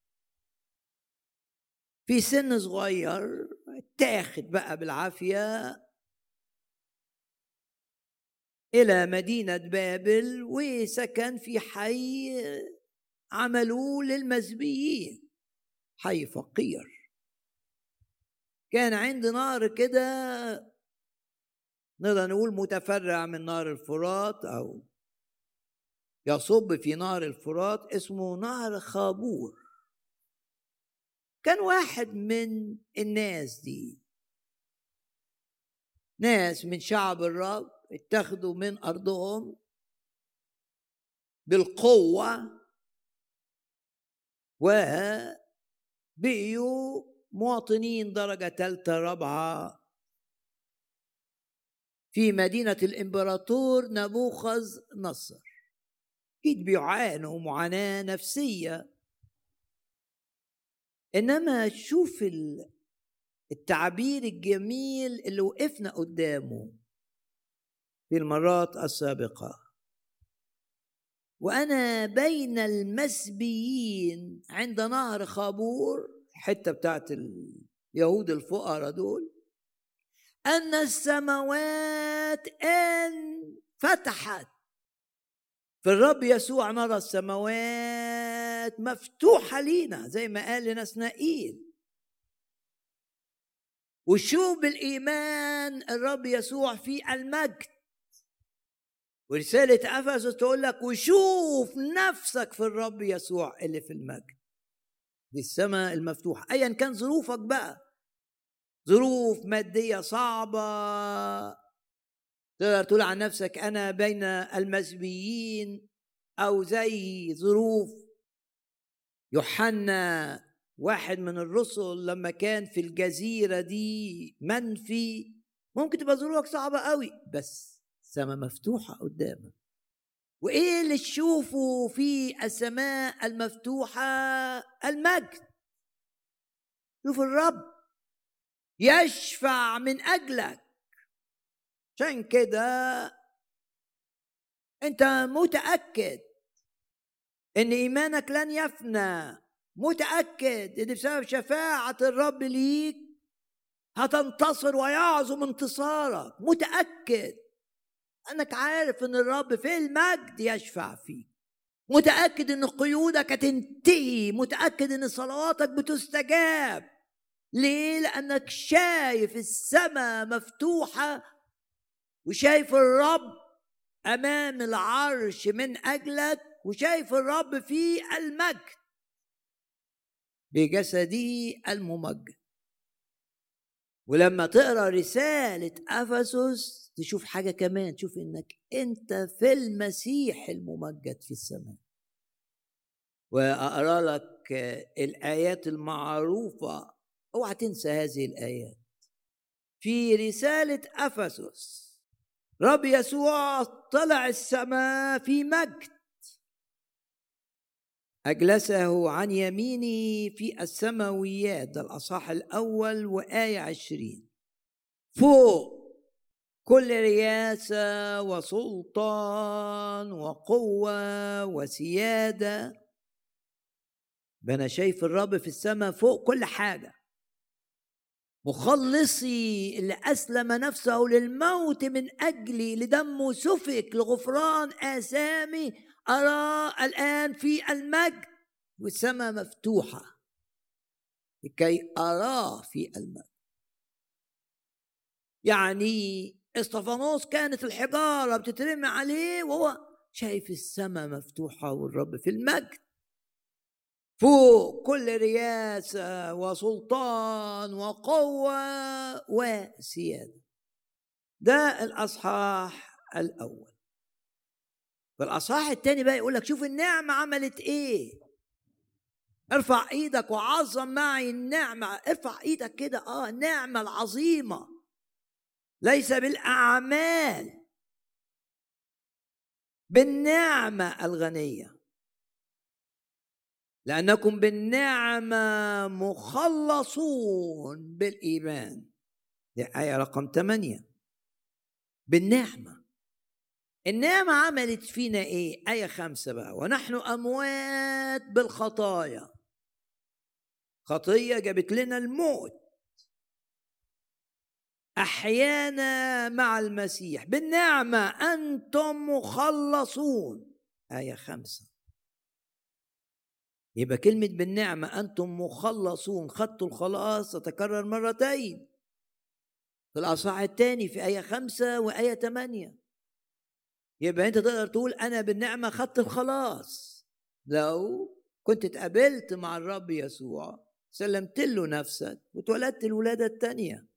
في سن صغير تاخد بقى بالعافية إلى مدينة بابل وسكن في حي عملوه للمزبيين، حي فقير. كان عند نهر كده نقدر نقول متفرع من نهر الفرات أو يصب في نهر الفرات، اسمه نهر خابور. كان واحد من الناس دي، ناس من شعب الرب اتخذوا من أرضهم بالقوة وبقيوا مواطنين درجة ثالثة رابعة في مدينة الإمبراطور نبوخذ نصر. أكيد بيعانوا معاناة نفسية، إنما شوف التعبير الجميل اللي وقفنا قدامه في المرات السابقة: وأنا بين المسبيين عند نهر خابور، الحتة بتاعت اليهود الفقراء دول، أن السماوات انفتحت. في الرب يسوع نرى السماوات مفتوحة لينا زي ما قال لنسنائيل، وشوف بالإيمان الرب يسوع في المجد. ورسالة أفسس تقول لك وشوف نفسك في الرب يسوع اللي في المجد. دي السماء المفتوحة، أيا كان ظروفك بقى، ظروف مادية صعبة، تقدر تقول عن نفسك أنا بين المسبيين، أو زي ظروف يوحنا واحد من الرسل لما كان في الجزيرة دي منفي. ممكن تبقى ظروفك صعبة قوي بس السماء مفتوحة قدامك. وإيه اللي تشوفه في السماء المفتوحة؟ المجد. شوف الرب يشفع من أجلك، عشان كده أنت متأكد إن إيمانك لن يفنى، متأكد إن بسبب شفاعة الرب ليك هتنتصر ويعظم انتصارك، متأكد أنك عارف إن الرب في المجد يشفع فيك، متأكد إن قيودك هتنتهي، متأكد إن صلواتك بتستجاب. ليه؟ لأنك شايف السماء مفتوحة وشايف الرب أمام العرش من أجلك، وشايف الرب في المجد بجسده الممجد. ولما تقرأ رسالة أفسس تشوف حاجة كمان، تشوف إنك أنت في المسيح الممجد في السماء. وأقرأ لك الآيات المعروفة، اوعى تنسى هذه الآيات في رسالة أفسس. رب يسوع طلع السماء في مجد، أجلسه عن يميني في السماويات، ده الأصحاح الأول وآية 20. فوق كل رياسة وسلطان وقوة وسيادة. أنا شايف الرب في السماء فوق كل حاجة. مخلصي اللي أسلم نفسه للموت من أجلي، لدمه سفك لغفران آثامي، أرى الآن في المجد والسماء مفتوحة لكي أراه في المجد. يعني استفانوس كانت الحجارة بتترمي عليه وهو شايف السماء مفتوحة والرب في المجد، فوق كل رياسة وسلطان وقوة وسيادة. ده الأصحاح الأول. والأصحاح الثاني بقى يقول لك شوف النعمة عملت إيه. ارفع إيدك وعظم معي النعمة. ارفع إيدك كده، النعمة العظيمة ليس بالأعمال، بالنعمة الغنية، لأنكم بالنعمة مخلصون بالإيمان. دي آية رقم 8. بالنعمة. النعمة عملت فينا إيه؟ آية 5 بقى: ونحن أموات بالخطايا. خطية جابت لنا الموت. أحيانا مع المسيح، بالنعمة أنتم مخلصون. آية 5. يبقى كلمة بالنعمة أنتم مخلصون، خدتوا الخلاص تتكرر مرتين في الأصحاح الثاني في آية 5 وآية 8. يبقى أنت تقدر تقول أنا بالنعمة خدت الخلاص لو كنت اتقابلت مع الرب يسوع، سلمت له نفسك واتولدت الولادة الثانية.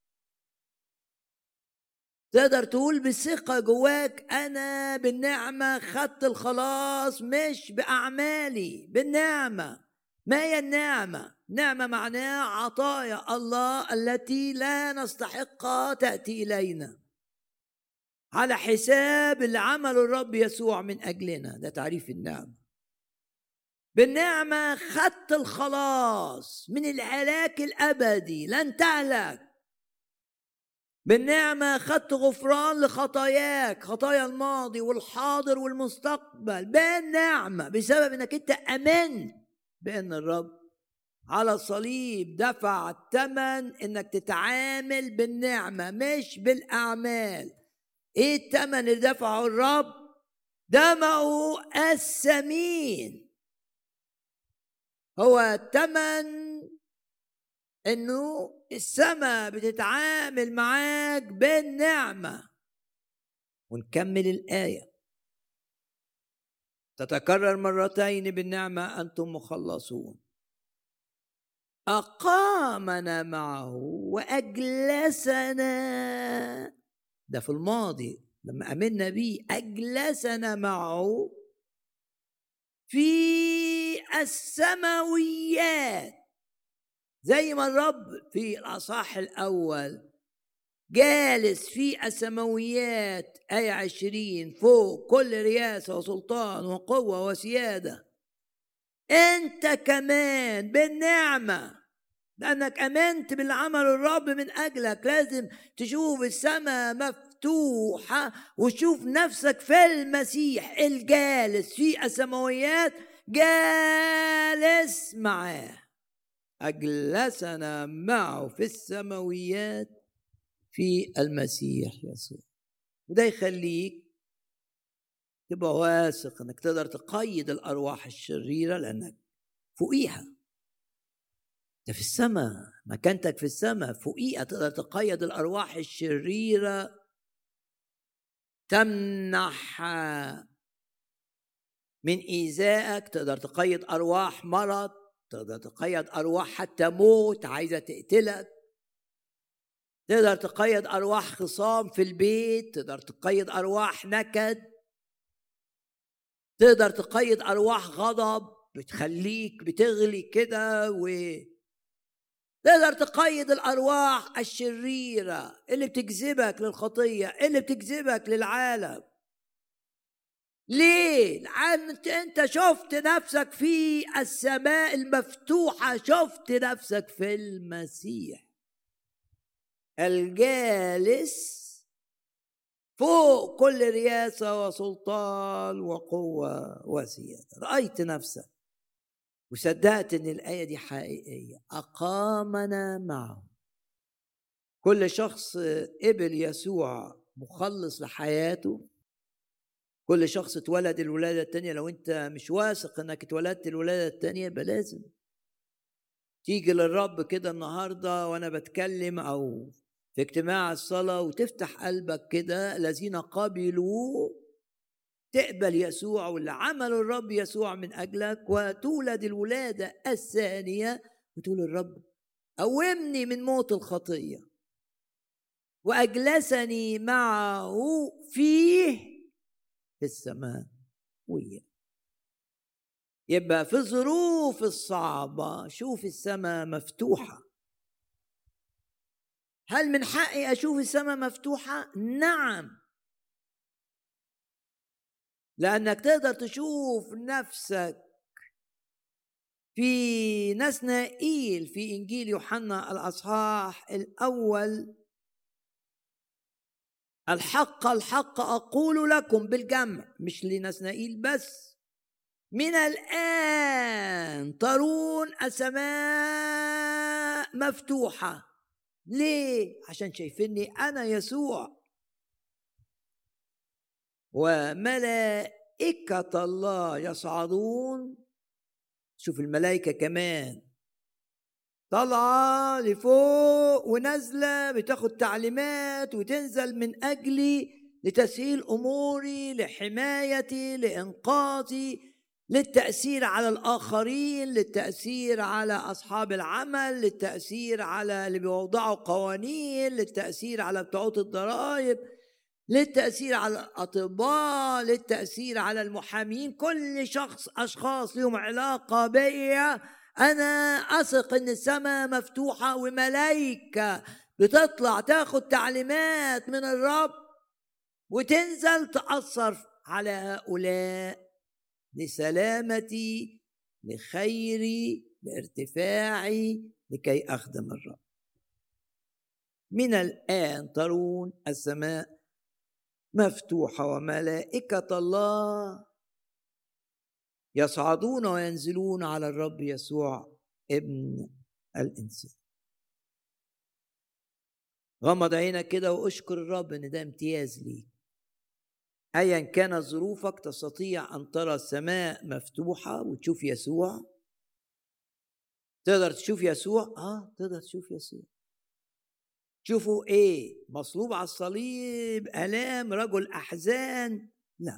تقدر تقول بثقة جواك أنا بالنعمة خدت الخلاص، مش بأعمالي، بالنعمة. ما هي النعمة؟ نعمة معناها عطايا الله التي لا نستحقها تأتي إلينا على حساب اللي عمله الرب يسوع من أجلنا. ده تعريف النعمة. بالنعمة خدت الخلاص من الهلاك الأبدي، لن تهلك. بالنعمة خدت غفران لخطاياك، خطايا الماضي والحاضر والمستقبل، بالنعمة، بسبب انك انت امنت بان الرب على الصليب دفع الثمن انك تتعامل بالنعمة مش بالاعمال. ايه الثمن اللي دفعه الرب؟ دمه الثمين. هو الثمن انه السماء بتتعامل معاك بالنعمة. ونكمل الآية، تتكرر مرتين، بالنعمة أنتم مخلصون. أقامنا معه وأجلسنا، ده في الماضي لما أمنا به، أجلسنا معه في السماويات. زي ما الرب في الأصحاح الأول جالس في السماويات، آية 20، فوق كل رياسة وسلطان وقوة وسيادة، أنت كمان بالنعمة لأنك أمنت باللي عمله الرب من أجلك لازم تشوف السماء مفتوحة وتشوف نفسك في المسيح الجالس في السماويات، جالس معاه. أجلسنا معه في السماويات في المسيح يسوع. وده يخليك تبقى واثق انك تقدر تقيد الارواح الشريره لانك فوقيها. ده في السماء، مكانتك في السماء فوقيها، تقدر تقيد الارواح الشريره، تمنح من ايذائك، تقدر تقيد ارواح مرض، تقدر تقيد ارواح حتى موت عايزه تقتلك، تقدر تقيد أرواح خصام في البيت، تقدر تقيد أرواح نكد، تقدر تقيد أرواح غضب بتخليك بتغلي كده، تقدر تقيد الأرواح الشريرة اللي بتجذبك للخطية، اللي بتجذبك للعالم. ليه؟ لأن أنت شفت نفسك في السماء المفتوحة، شفت نفسك في المسيح الجالس فوق كل رياسة وسلطان وقوة وسيادة. رأيت نفسك وصدقت ان الآية دي حقيقية. أقامنا معه. كل شخص قبل يسوع مخلص لحياته، كل شخص اتولد الولادة التانية. لو انت مش واثق انك اتولدت الولادة التانية يبقى لازم تيجي للرب كده النهاردة وانا بتكلم او في اجتماع الصلاة وتفتح قلبك كده. الذين قبلوا تقبل يسوع واللي عمله الرب يسوع من أجلك، وتولد الولادة الثانية وتقول الرب قومني من موت الخطية وأجلسني معه فيه في السماء وياه. يبقى في الظروف الصعبة شوف السماء مفتوحة. هل من حقي أشوف السماء مفتوحة؟ نعم، لأنك تقدر تشوف نفسك في نسنائيل في إنجيل يوحنا الأصحاح الأول. الحق الحق أقول لكم، بالجمع مش لنسنائيل بس، من الآن ترون السماء مفتوحة. ليه؟ عشان شايفيني أنا يسوع. وملائكة الله يصعدون، شوف الملائكة كمان طالعة لفوق ونازلة بتاخد تعليمات وتنزل من أجلي لتسهيل أموري، لحمايتي، لإنقاذي، للتأثير على الآخرين، للتأثير على أصحاب العمل، للتأثير على اللي بيوضعوا قوانين، للتأثير على بتوع الضرائب، للتأثير على الأطباء، للتأثير على المحامين. كل أشخاص لهم علاقة بيا أنا أثق إن السماء مفتوحة وملائكة بتطلع تاخد تعليمات من الرب وتنزل تأثر على هؤلاء لسلامتي، لخيري، لارتفاعي، لكي أخدم الرب. من الآن ترون السماء مفتوحة وملائكة الله يصعدون وينزلون على الرب يسوع ابن الإنسان. غمض عينك كده واشكر الرب ان ده امتياز ليك. ايا كانت ظروفك تستطيع ان ترى السماء مفتوحة وتشوف يسوع. تقدر تشوف يسوع؟ تقدر تشوف يسوع. تشوفوا ايه؟ مصلوب على الصليب، آلام، رجل احزان؟ لا.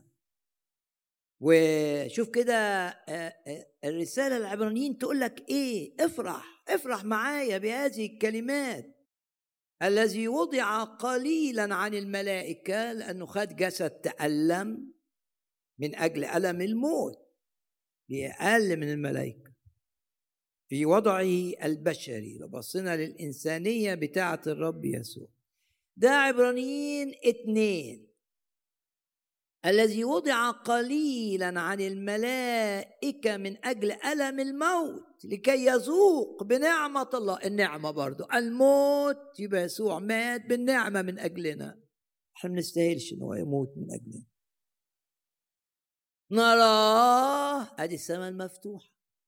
وشوف كده الرسالة العبرانيين تقول لك ايه؟ افرح معايا بهذه الكلمات. الذي وضع قليلا عن الملائكة لأنه خد جسد تألم من أجل ألم الموت، بأقل من الملائكة في وضعه البشري. لو بصينا للإنسانية بتاعة الرب يسوع، ده عبرانيين 2. الذي وضع قليلا عن الملائكة من أجل ألم الموت لكي يذوق بنعمة الله. النعمة برضو الموت، يبقى يسوع مات بالنعمة من أجلنا. احنا منستاهلش انه يموت من أجلنا. نراه، ادي السماء المفتوحة،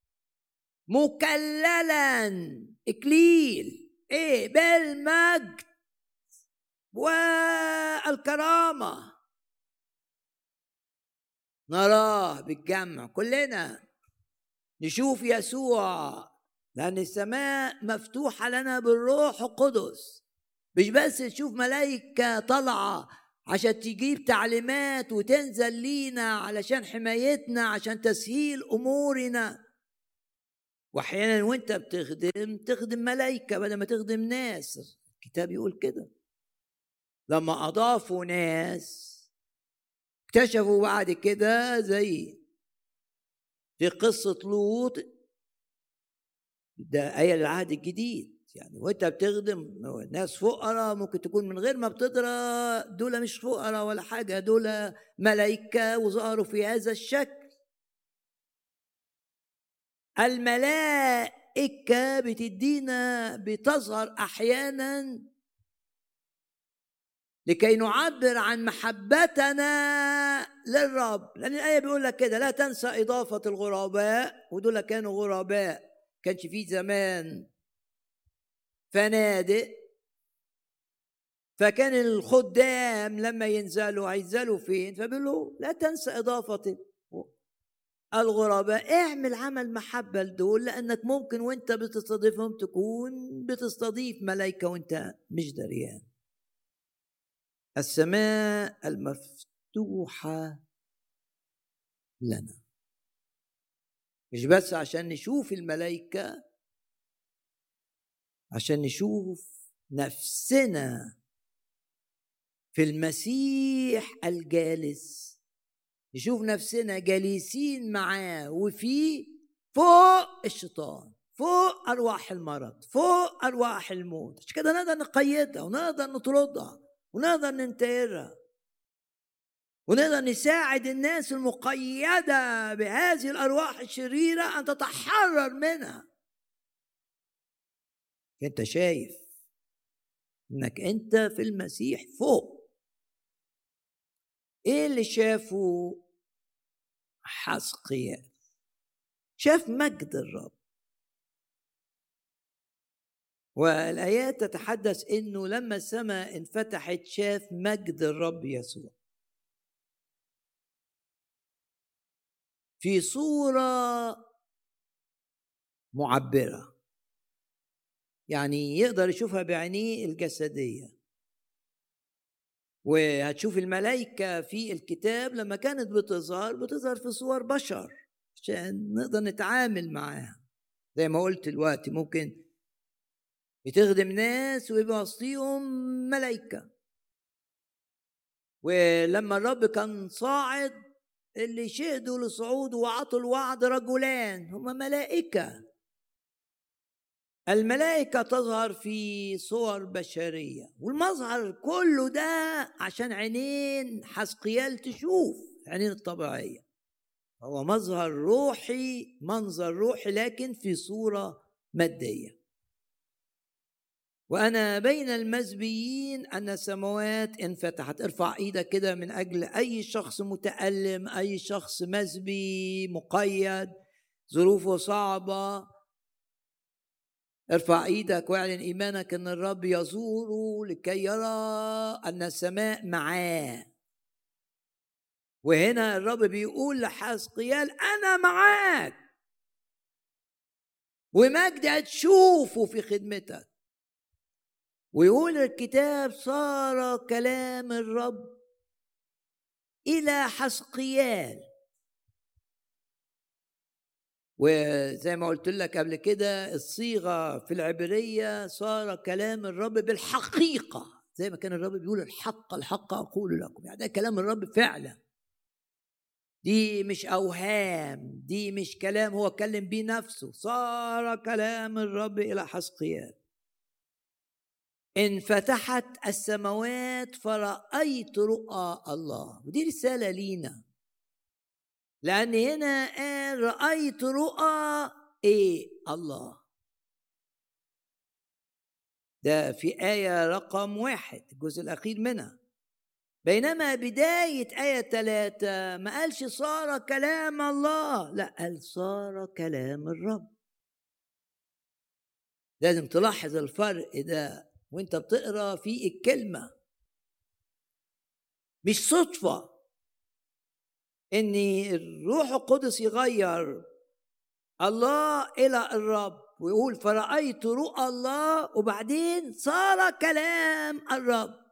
مكللا إكليل ايه؟ بالمجد والكرامة. نراه بالجمع كلنا، نشوف يسوع، لأن السماء مفتوحة لنا بالروح القدس. مش بس نشوف ملائكة طالعة عشان تجيب تعليمات وتنزل لينا علشان حمايتنا، عشان تسهيل أمورنا. وأحيانا وانت تخدم ملائكة بدل ما تخدم ناس. الكتاب يقول كده، لما أضافوا ناس اكتشفوا بعد كده، زي في قصة لوط، ده آية للعهد الجديد. يعني وانت بتخدم ناس فقراء، ممكن تكون من غير ما بتدرى دول مش فقراء ولا حاجة، دول ملائكة وظهروا في هذا الشكل. الملائكة بتظهر أحيانا لكي نعبر عن محبتنا للرب. لأن الآية بيقول لك كده، لا تنسى إضافة الغرباء. ودول كانوا غرباء، كانش فيه زمان فنادق، فكان الخدام لما ينزلوا هينزلوا فين؟ فبيقولوا لا تنسى إضافة الغرباء. اعمل عمل محبة لدول، لأنك ممكن وانت بتستضيفهم تكون بتستضيف ملائكة وانت مش دريان. السماء المفتوحة لنا مش بس عشان نشوف الملائكة، عشان نشوف نفسنا في المسيح الجالس، نشوف نفسنا جالسين معاه وفي فوق الشيطان، فوق أرواح المرض، فوق أرواح الموت. عشان كده نقدر نقيدها ونقدر نطردها ونقدر ننتهرها ونقدر نساعد الناس المقيدة بهذه الأرواح الشريرة أن تتحرر منها. أنت شايف إنك أنت في المسيح فوق. إيه اللي شافه حزقيال؟ شاف مجد الرب، والآيات تتحدث إنه لما السماء انفتحت شاف مجد الرب يسوع في صورة معبرة، يعني يقدر يشوفها بعينيه الجسدية. وهتشوف الملائكة في الكتاب لما كانت بتظهر في صور بشر عشان نقدر نتعامل معاها. زي ما قلت دلوقتي ممكن بتخدم ناس ويبقى وسطيهم ملائكة، ولما الرب كان صاعد اللي شهدوا لصعوده وعطوا الوعد رجلان هما ملائكة. الملائكة تظهر في صور بشرية، والمظهر كله ده عشان عينين حسقيال تشوف، عينين الطبيعية. هو مظهر روحي، منظر روحي، لكن في صورة مادية. وأنا بين المزبيين أن السماوات انفتحت. ارفع إيدك كده من أجل أي شخص متألم، أي شخص مزبي مقيد ظروفه صعبة. ارفع إيدك واعلن إيمانك أن الرب يزوره لكي يرى أن السماء معاه. وهنا الرب بيقول لحزقيال أنا معاك، ومجد هتشوفه في خدمتك. ويقول الكتاب صار كلام الرب إلى حزقيال. وزي ما قلت لك قبل كده الصيغة في العبرية صار كلام الرب بالحقيقة، زي ما كان الرب بيقول الحق الحق أقول لكم، يعني ده كلام الرب فعلا، دي مش أوهام، دي مش كلام هو اتكلم بيه نفسه. صار كلام الرب إلى حزقيال انفتحت السماوات فرأيت رؤى الله. ودي رسالة لينا، لأن هنا قال رأيت رؤى الله. ده في آية رقم 1 الجزء الأخير منها. بينما بداية آية 3 ما قالش صار كلام الله، لا قال صار كلام الرب. لازم تلاحظ الفرق ده وانت بتقرأ في الكلمة. مش صدفة ان الروح القدس يغير الله إلى الرب ويقول فرأيت رؤى الله وبعدين صار كلام الرب.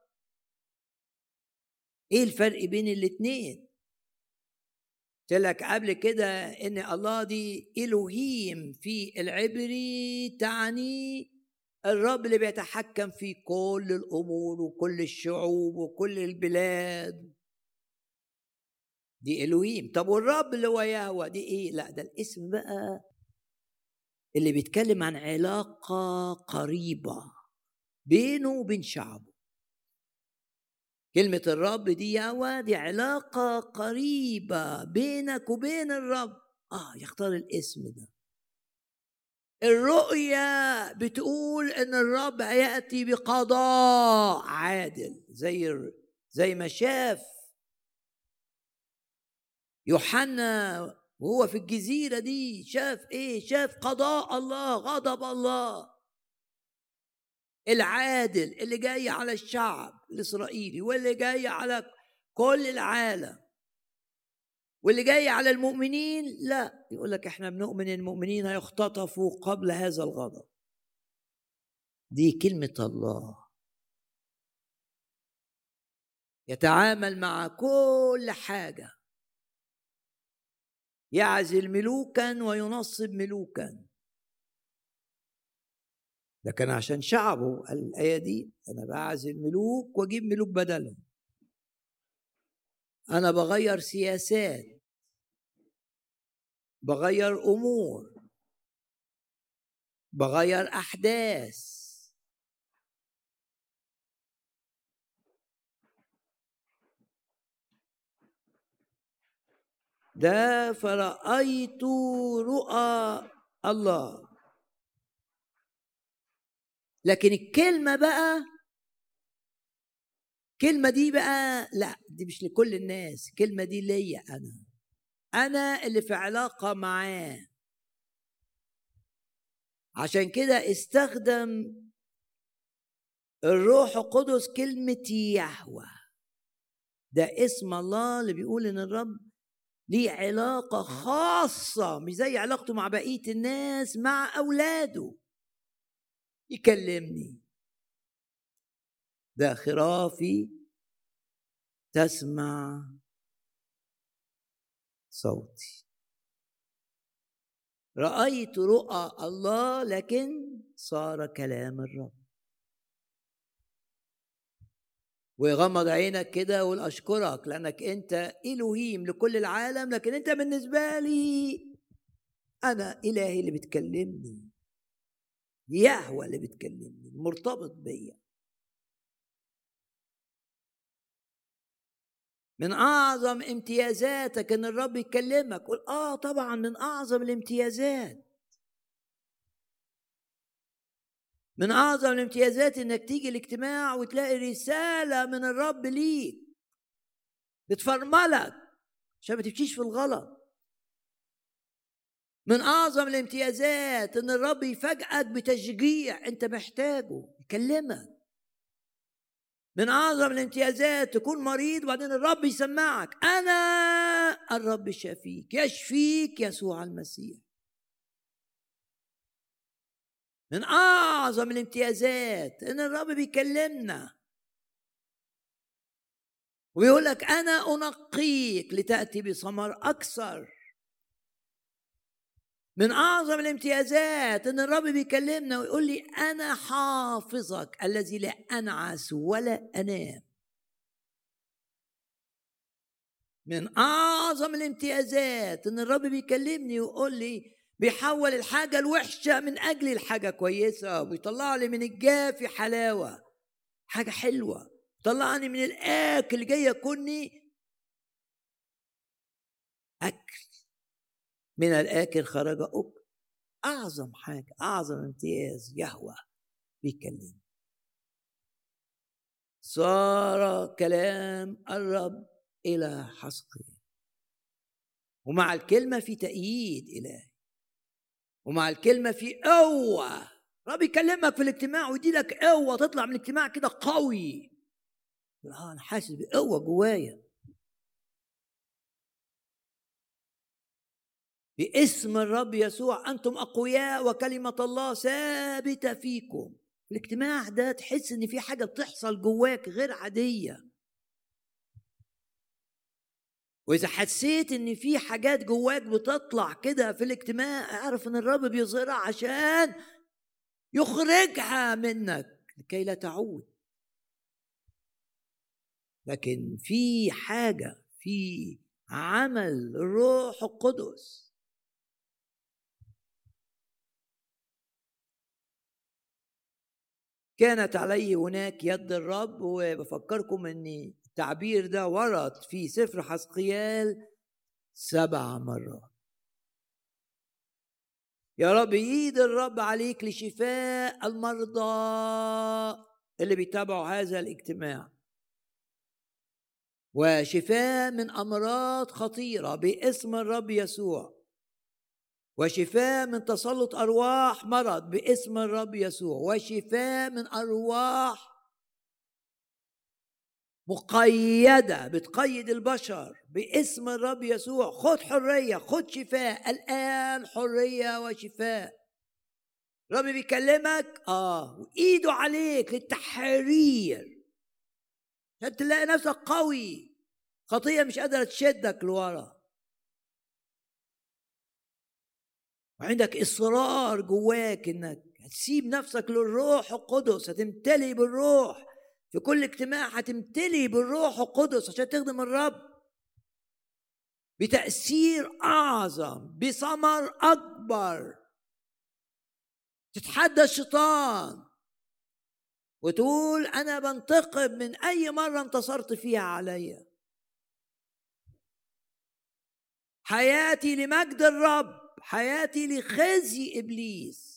ايه الفرق بين الاتنين؟ قلت لك قبل كده ان الله دي إلهيم في العبري تعني الرب اللي بيتحكم في كل الأمور وكل الشعوب وكل البلاد، دي إلهيم. طب والرب اللي هو يهوه دي ايه؟ لا ده الاسم بقى اللي بيتكلم عن علاقة قريبة بينه وبين شعبه. كلمة الرب دي يهوه دي علاقة قريبة بينك وبين الرب. يختار الاسم ده. الرؤية بتقول ان الرب هيأتي بقضاء عادل، زي ما شاف يوحنا وهو في الجزيرة دي. شاف ايه؟ شاف قضاء الله، غضب الله العادل اللي جاي على الشعب الإسرائيلي واللي جاي على كل العالم واللي جاي على المؤمنين. لا، يقول لك احنا بنؤمن المؤمنين هيختطفوا قبل هذا الغضب. دي كلمة الله يتعامل مع كل حاجة، يعزل ملوكا وينصب ملوكا. ده كان عشان شعبه الآية دي، أنا بعزل ملوك وأجيب ملوك بدلهم، أنا بغير سياسات، بغير أمور، بغير أحداث. ده فرأيت رؤى الله. لكن الكلمة بقى، الكلمة دي بقى لا، دي مش لكل الناس، الكلمة دي ليا أنا اللي في علاقة معاه. عشان كده استخدم الروح القدس كلمة يهوه، ده اسم الله اللي بيقول ان الرب ليه علاقة خاصة مش زي علاقته مع بقية الناس مع أولاده. يكلمني، ده خرافي تسمع صوتي. رأيت رؤى الله لكن صار كلام الرب. ويغمض عينك كده ويقول أشكرك لأنك أنت إلهيم لكل العالم، لكن أنت بالنسبة لي أنا إلهي اللي بتكلمني، يهوه اللي بتكلمني، مرتبط بيا. من أعظم امتيازاتك إن الرب يكلمك. قول طبعا من أعظم الامتيازات. من أعظم الامتيازات إنك تيجي الاجتماع وتلاقي رسالة من الرب ليك بتفرملك عشان ما تمشيش في الغلط. من أعظم الامتيازات إن الرب يفاجئك بتشجيع أنت محتاجه، يكلمك. من أعظم الامتيازات تكون مريض وبعدين الرب يسمعك أنا الرب شافيك، يشفيك يسوع المسيح. من أعظم الامتيازات إن الرب بيكلمنا ويقول لك أنا أنقيك لتأتي بثمر أكثر. من أعظم الامتيازات إن الرب بيكلمنا ويقول لي أنا حافظك الذي لا أنعس ولا أنام. من أعظم الامتيازات إن الرب بيكلمني ويقول لي بيحول الحاجة الوحشة من أجل الحاجة كويسة، وبيطلع لي من الجافي حلاوة، حاجة حلوة. طلعني من الآكل اللي جاي يكوني أكل، من الآكل خرج أكل. أعظم حاجة، أعظم امتياز يهوه بيكلمني. صار كلام الرب إلى حسقيال، ومع الكلمة في تأييد إلهي، ومع الكلمة في قوة. رب يكلمك في الاجتماع ويدي لك قوة تطلع من الاجتماع كده قوي. أنا حاسس بقوة جوايا باسم الرب يسوع. أنتم أقوياء وكلمة الله ثابتة فيكم. في الاجتماع ده تحس إن في حاجة بتحصل جواك غير عادية. وإذا حسيت إن في حاجات جواك بتطلع كده في الاجتماع، اعرف إن الرب بيظهرها عشان يخرجها منك لكي لا تعود. لكن في حاجة، في عمل الروح القدس. كانت علي هناك يد الرب. وبفكركم ان التعبير ده ورد في سفر حزقيال 7 مرات. يا رب ايد الرب عليك لشفاء المرضى اللي بيتابعوا هذا الاجتماع، وشفاء من امراض خطيرة باسم الرب يسوع، وشفاء من تسلط أرواح مرض باسم الرب يسوع، وشفاء من أرواح مقيدة بتقيد البشر باسم الرب يسوع. خد حرية، خد شفاء الآن، حرية وشفاء. رب بيكلمك وإيده عليك للتحرير عشان تلاقي نفسك قوي. خطية مش قادرة تشدك لورا، وعندك إصرار جواك إنك هتسيب نفسك للروح القدس. هتمتلي بالروح في كل اجتماع، هتمتلي بالروح القدس عشان تخدم الرب بتأثير أعظم، بثمر أكبر. تتحدى الشيطان وتقول أنا بنتقم من أي مرة انتصرت فيها عليا. حياتي لمجد الرب، حياتي لخزي إبليس.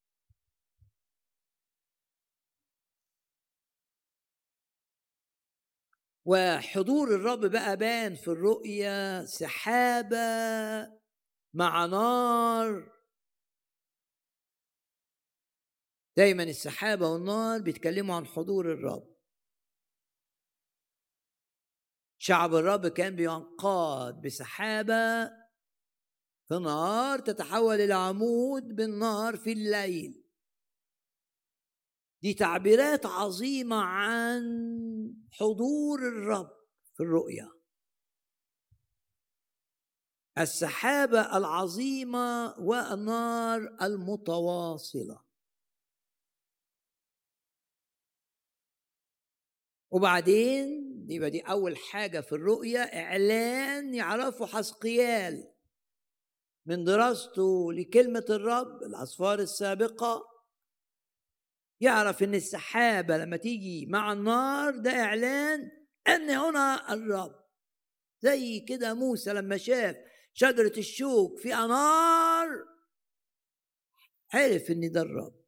وحضور الرب بقى بان في الرؤيا، سحابة مع نار. دايما السحابة والنار بيتكلموا عن حضور الرب. شعب الرب كان بينقاد بسحابة في النهار تتحول إلى عمود بالنار في الليل. دي تعبيرات عظيمة عن حضور الرب في الرؤيا. السحابة العظيمة والنار المتواصلة. وبعدين يبقى دي أول حاجة في الرؤيا، إعلان يعرفه حزقيال من دراسته لكلمة الرب الأسفار السابقة. يعرف إن السحابة لما تيجي مع النار ده إعلان أن هنا الرب. زي كده موسى لما شاف شجرة الشوك في نار عرف إن ده الرب،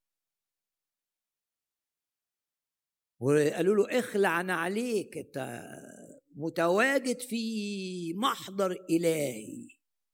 وقالوا له اخلع نعليك، انت متواجد في محضر إلهي.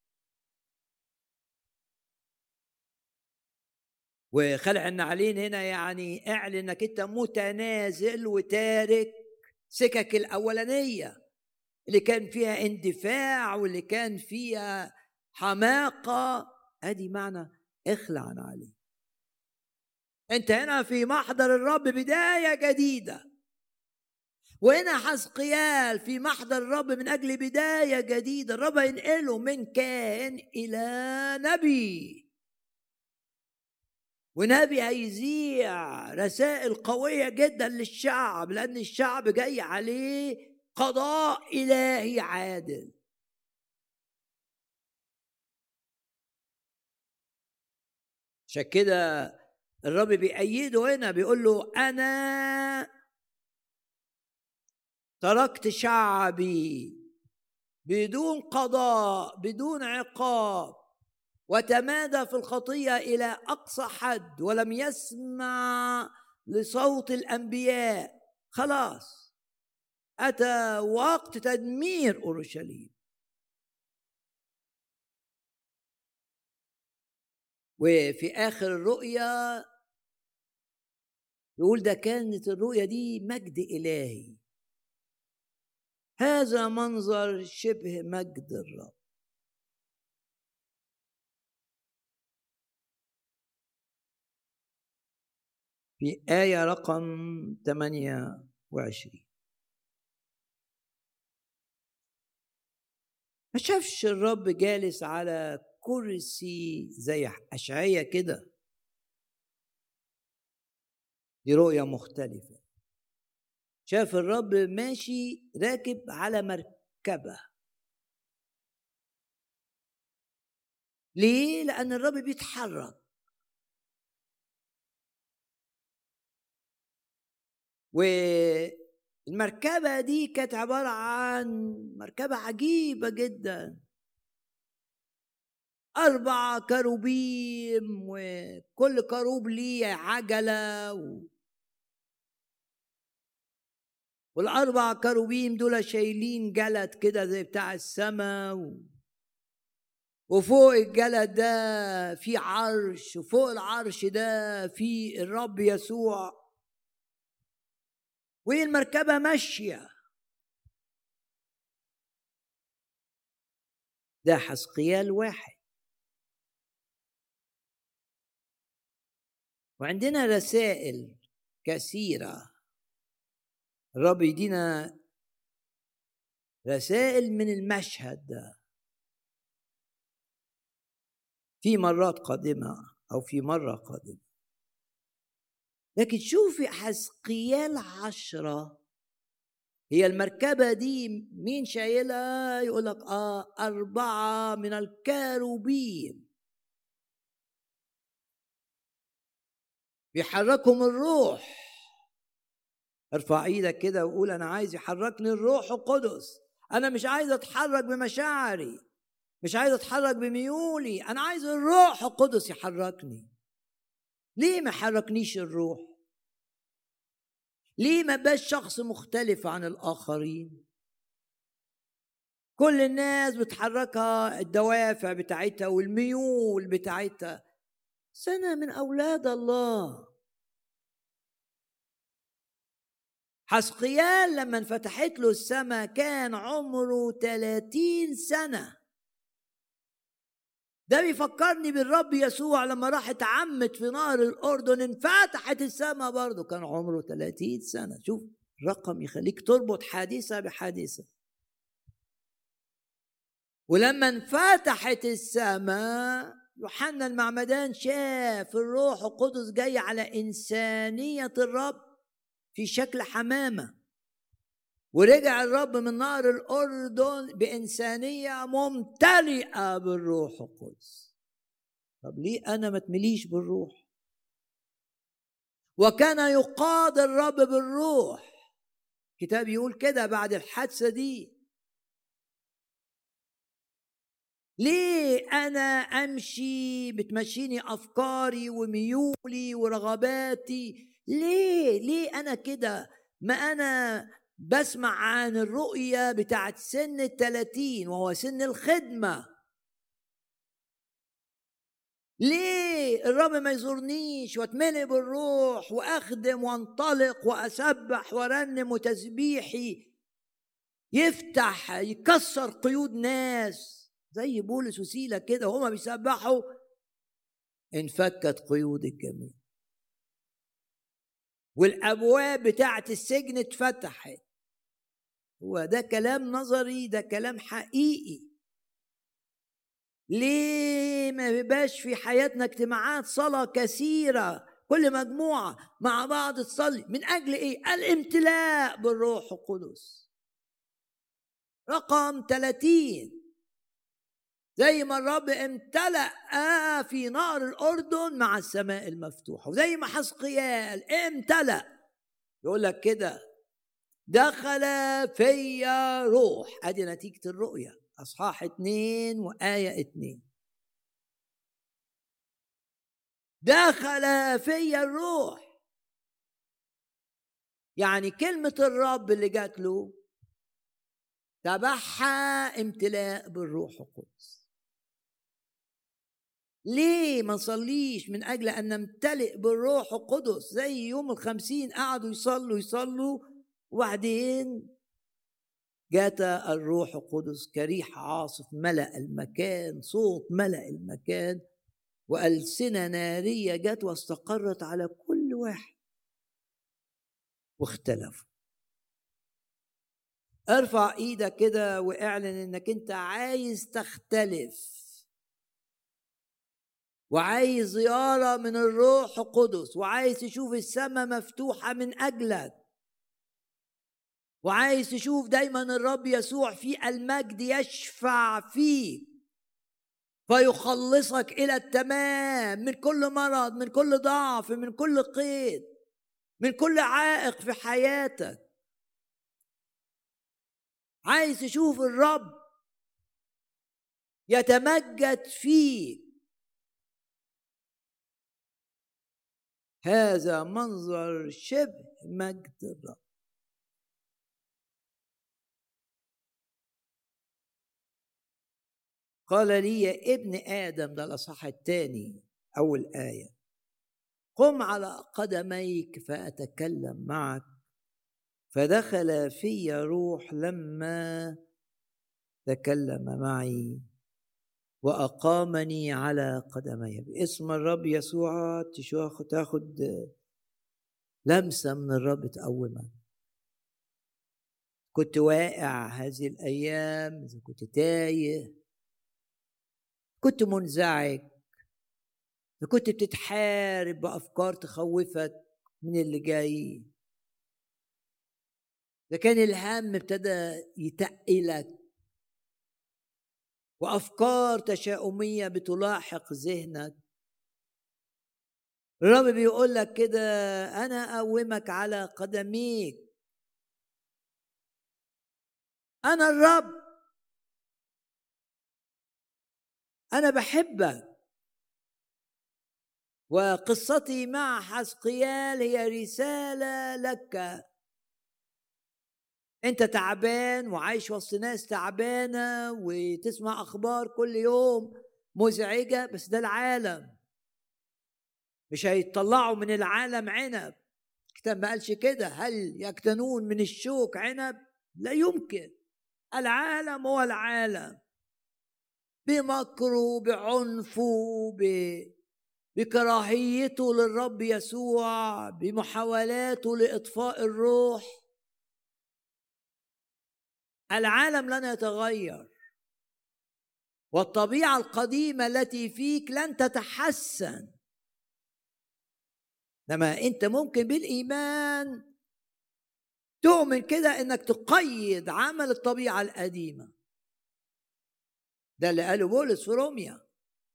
وخلع النعلين هنا يعني اعلن انك انت متنازل وتارك سكك الاولانيه اللي كان فيها اندفاع واللي كان فيها حماقه. ادي معنى اخلع نعلين. انت هنا في محضر الرب بدايه جديده، وهنا حزقيال في محضر الرب من اجل بدايه جديده. الرب ينقله من كاهن الى نبي، ونبي هيذيع رسائل قوية جدا للشعب، لأن الشعب جاي عليه قضاء إلهي عادل. عشان كده الرب بيأيده هنا، بيقول له أنا تركت شعبي بدون قضاء بدون عقاب، وتمادى في الخطية إلى أقصى حد ولم يسمع لصوت الأنبياء. خلاص أتى وقت تدمير أورشليم. وفي آخر الرؤيا يقول ده كانت الرؤيا دي مجد إلهي، هذا منظر شبه مجد الرب. في آية رقم 28 ما شافش الرب جالس على كرسي زي أشعية كده، دي رؤية مختلفة. شاف الرب ماشي راكب على مركبة. ليه؟ لأن الرب بيتحرك، والمركبة دي كانت عبارة عن مركبة عجيبة جدا، 4 كروبيم، وكل كروب ليه عجلة وال4 كروبيم دول شايلين جلد كده زي بتاع السماء، وفوق الجلد ده في عرش، وفوق العرش ده في الرب يسوع، والمركبة ماشية. ده حزقيال 1. وعندنا رسائل كثيرة، الرب يدينا رسائل من المشهد ده في مرات قادمة أو في مرة قادمة. لكن شوفي حزقيال 10، هي المركبة دي مين شايلها؟ يقولك 4 من الكاروبين بيحركهم الروح. ارفع ايدك كده وقول انا عايز يحركني الروح القدس. انا مش عايز اتحرك بمشاعري، مش عايز اتحرك بميولي، انا عايز الروح القدس يحركني. ليه ما حركنيش الروح؟ ليه ما بقاش شخص مختلف عن الاخرين؟ كل الناس بتحركها الدوافع بتاعتها والميول بتاعتها، سنة من أولاد الله. حسقيال لما انفتحت له السماء كان عمره 30 سنة. ده بيفكرني بالرب يسوع لما راح اتعمد في نهر الأردن انفتحت السماء برضه كان عمره 30 سنة. شوف رقم يخليك تربط حادثة بحادثة. ولما انفتحت السماء يوحنا المعمدان شاف الروح القدس جاي على إنسانية الرب في شكل حمامة. ورجع الرب من نهر الأردن بإنسانية ممتلئة بالروح القدس. طب ليه أنا ما تمليش بالروح؟ وكان يقاد الرب بالروح. كتاب يقول كده بعد الحادثة دي. ليه أنا أمشي بتمشيني أفكاري وميولي ورغباتي؟ ليه أنا كده؟ ما أنا بسمع عن الرؤية بتاعت سن 30 وهو سن الخدمة. ليه الرب ما يزورنيش واتملئ بالروح وأخدم وانطلق وأسبح ورنم وتسبيحي يفتح يكسر قيود ناس زي بولس وسيلة كده وهما بيسبحوا انفكت قيود الجميع والأبواب بتاعت السجن اتفتحت. هو ده كلام نظري؟ ده كلام حقيقي. ليه ما بيبقاش في حياتنا اجتماعات صلاة كثيرة كل مجموعة مع بعض تصلي؟ من أجل إيه؟ الامتلاء بالروح القدس. رقم 30 زي ما الرب امتلأ في نهر الأردن مع السماء المفتوحة، وزي ما حسقيال امتلأ يقول لك كده دخل فيا روح. ادي نتيجة الرؤية اصحاح 2 وآية 2. دخل فيا الروح يعني كلمة الرب اللي جات له تبعها امتلاء بالروح القدس. ليه ما نصليش من أجل أن نمتلئ بالروح القدس؟ زي يوم 50 قعدوا يصلوا وبعدين جاء الروح القدس كريح عاصف ملأ المكان، صوت ملأ المكان وألسنة نارية جت واستقرت على كل واحد واختلفوا. ارفع ايدك كده واعلن انك انت عايز تختلف وعايز زيارة من الروح القدس وعايز تشوف السماء مفتوحة من أجلك وعايز تشوف دايما الرب يسوع في المجد يشفع فيك فيخلصك إلى التمام من كل مرض، من كل ضعف، من كل قيد، من كل عائق في حياتك. عايز تشوف الرب يتمجد فيك. هذا منظر شبه مجد الرب. قال لي يا ابن آدم، ده الأصحاح الثاني أول آية، قم على قدميك فأتكلم معك. فدخل في روح لما تكلم معي وأقامني على قدمي. باسم الرب يسوع تاخد لمسة من الرب تقومك. كنت واقع هذه الأيام، إذا كنت تايه، كنت منزعج، إذا كنت بتتحارب بأفكار تخوفك من اللي جاي، إذا كان الهم ابتدى يتقلك وأفكار تشاؤمية بتلاحق ذهنك، الرب بيقول لك كده أنا أقومك على قدميك. أنا الرب، أنا بحبك. وقصتي مع حسقيال هي رسالة لك. أنت تعبان وعايش وسط ناس تعبانة وتسمع أخبار كل يوم مزعجة، بس ده العالم. مش هيطلعوا من العالم عنب. الكتاب ما قالش كده. هل يكتنون من الشوك عنب؟ لا يمكن. العالم هو العالم بمكره، بعنفه، بكراهيته للرب يسوع، بمحاولاته لإطفاء الروح. العالم لن يتغير، والطبيعة القديمة التي فيك لن تتحسن. لما انت ممكن بالإيمان تؤمن كده انك تقيد عمل الطبيعة القديمة. ده اللي قاله بولس في روميا.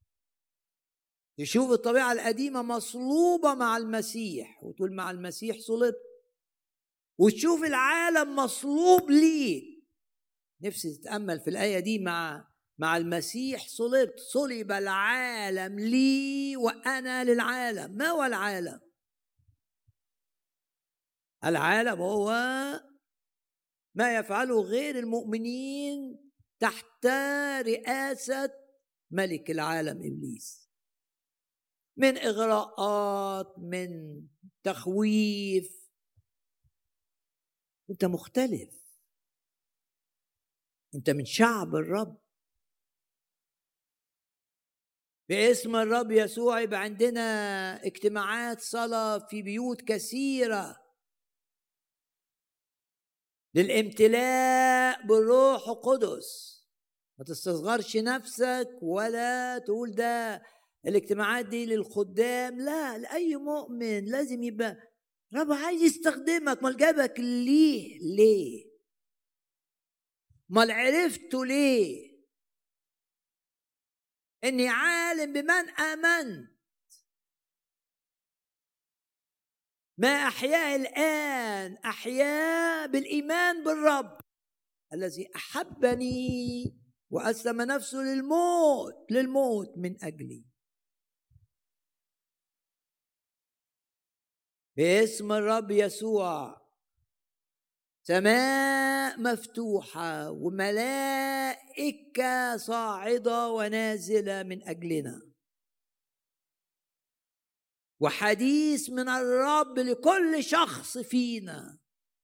تشوف الطبيعة القديمة مصلوبة مع المسيح وتقول مع المسيح صلبت، وتشوف العالم مصلوب ليك. نفسي تتأمل في الآية دي. مع المسيح صلبت، صلب العالم لي وأنا للعالم. ما هو العالم؟ العالم هو ما يفعله غير المؤمنين تحت رئاسة ملك العالم إبليس، من إغراءات، من تخويف. أنت مختلف، أنت من شعب الرب. باسم الرب يسوع يبقى عندنا اجتماعات صلاة في بيوت كثيرة للامتلاء بالروح القدس. ما تستصغرش نفسك ولا تقول ده الاجتماعات دي للخدام. لا، لأي مؤمن لازم يبقى رب عايز يستخدمك. ما جابك ليه؟ ما عرفته ليه؟ اني عالم بمن آمنت، ما أحياه الآن أحياه بالإيمان بالرب الذي أحبني وأسلم نفسه للموت من أجلي. باسم الرب يسوع سماء مفتوحة وملائكة صاعدة ونازلة من أجلنا، وحديث من الرب لكل شخص فينا.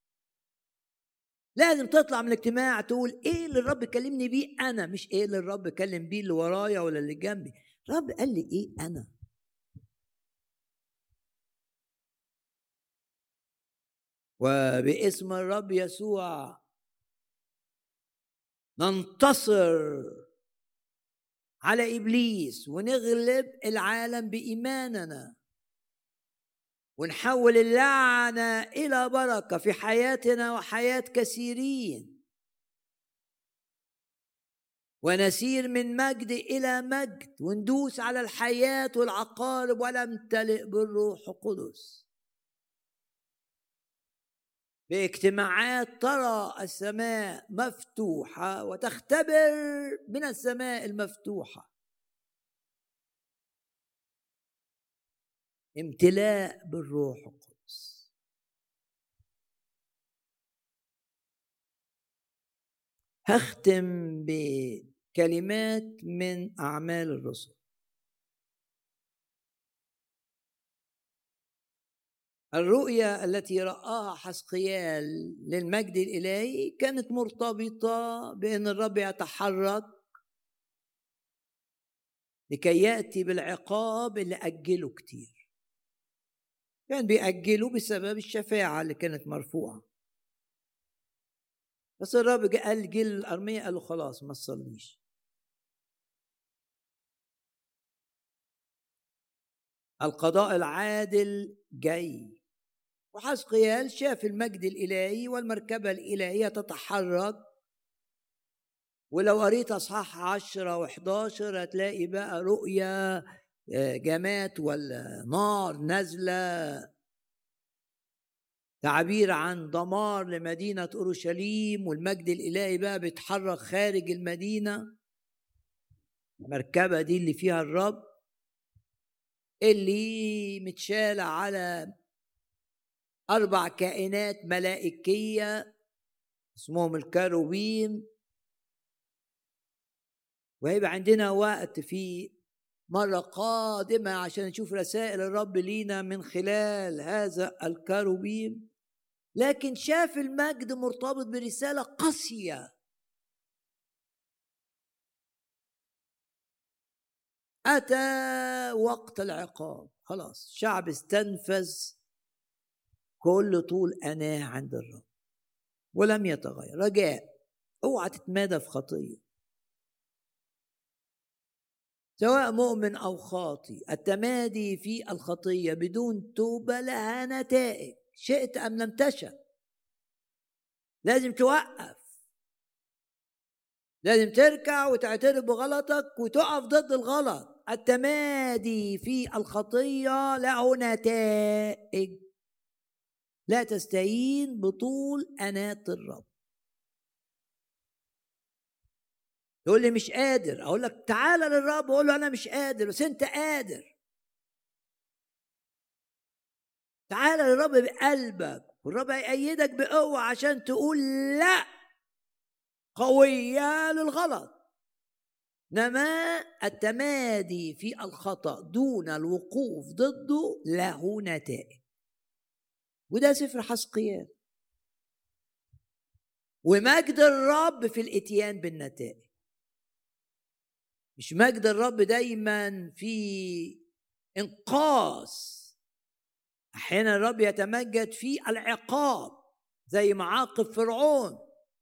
لازم تطلع من الاجتماع تقول ايه اللي الرب كلمني بيه انا، مش ايه اللي الرب كلم بيه اللي ورايا ولا اللي جنبي. الرب قال لي ايه انا. وباسم الرب يسوع ننتصر على إبليس ونغلب العالم بإيماننا، ونحول اللعنة إلى بركة في حياتنا وحياة كثيرين، ونسير من مجد إلى مجد، وندوس على الحياة والعقارب ونمتلئ بالروح القدس. باجتماعات ترى السماء مفتوحة وتختبر من السماء المفتوحة امتلاء بالروح القدس. هختم بكلمات من أعمال الرسل. الرؤيا التي رآها حسقيال للمجد الإلهي كانت مرتبطة بأن الرب يتحرك لكي يأتي بالعقاب اللي أجله كتير. كان بيأجله بسبب الشفاعة اللي كانت مرفوعة. بس الرب قال جيل الأرمية، قال له خلاص ما تصليش. القضاء العادل جاي. وحسقيال شاف المجد الإلهي والمركبة الإلهية تتحرك. ولو قريت أصحاح 10 و11 هتلاقي بقى رؤيا جمات ولا نار نازلة، تعبير عن دمار لمدينة أورشليم، والمجد الإلهي بقى بيتحرك خارج المدينة. المركبة دي اللي فيها الرب، اللي متشالة على 4 كائنات ملائكية اسمهم الكاروبيم. وهيبقى عندنا وقت في مرة قادمة عشان نشوف رسائل الرب لينا من خلال هذا الكروبيم، لكن شاف المجد مرتبط برسالة قاسية. أتى وقت العقاب، خلاص الشعب استنفذ كل طول أناه عند الرب ولم يتغير. رجاء اوعى تتمادى في خطية، سواء مؤمن أو خاطي. التمادي في الخطية بدون توبة لها نتائج، شئت أم لم تشأ. لازم توقف، لازم تركع وتعترف بغلطك وتقف ضد الغلط. التمادي في الخطية له نتائج. لا تستهين بطول أناة الرب. تقول لي مش قادر، أقول لك تعالى للرب وقول له أنا مش قادر، بس أنت قادر. تعالى للرب بقلبك والرب هيأيدك بقوة عشان تقول لا قوية للغلط. نما التمادي في الخطأ دون الوقوف ضده له نتائج. وده سفر حزقيال. ومجد الرب في الاتيان بالنتائج، مش مجد الرب دايما في انقاذ. احيانا الرب يتمجد في العقاب، زي معاقب فرعون.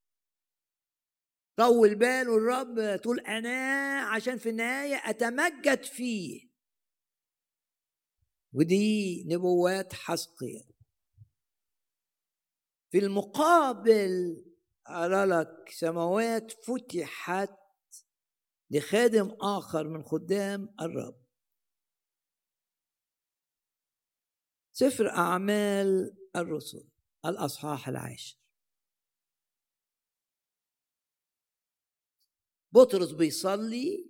طول باله الرب، تقول انا عشان في النهايه اتمجد فيه. ودي نبوات حزقيال. في المقابل أرى لك سماوات فتحت لخادم آخر من خدام الرب. سفر أعمال الرسل الأصحاح 10. بطرس بيصلي،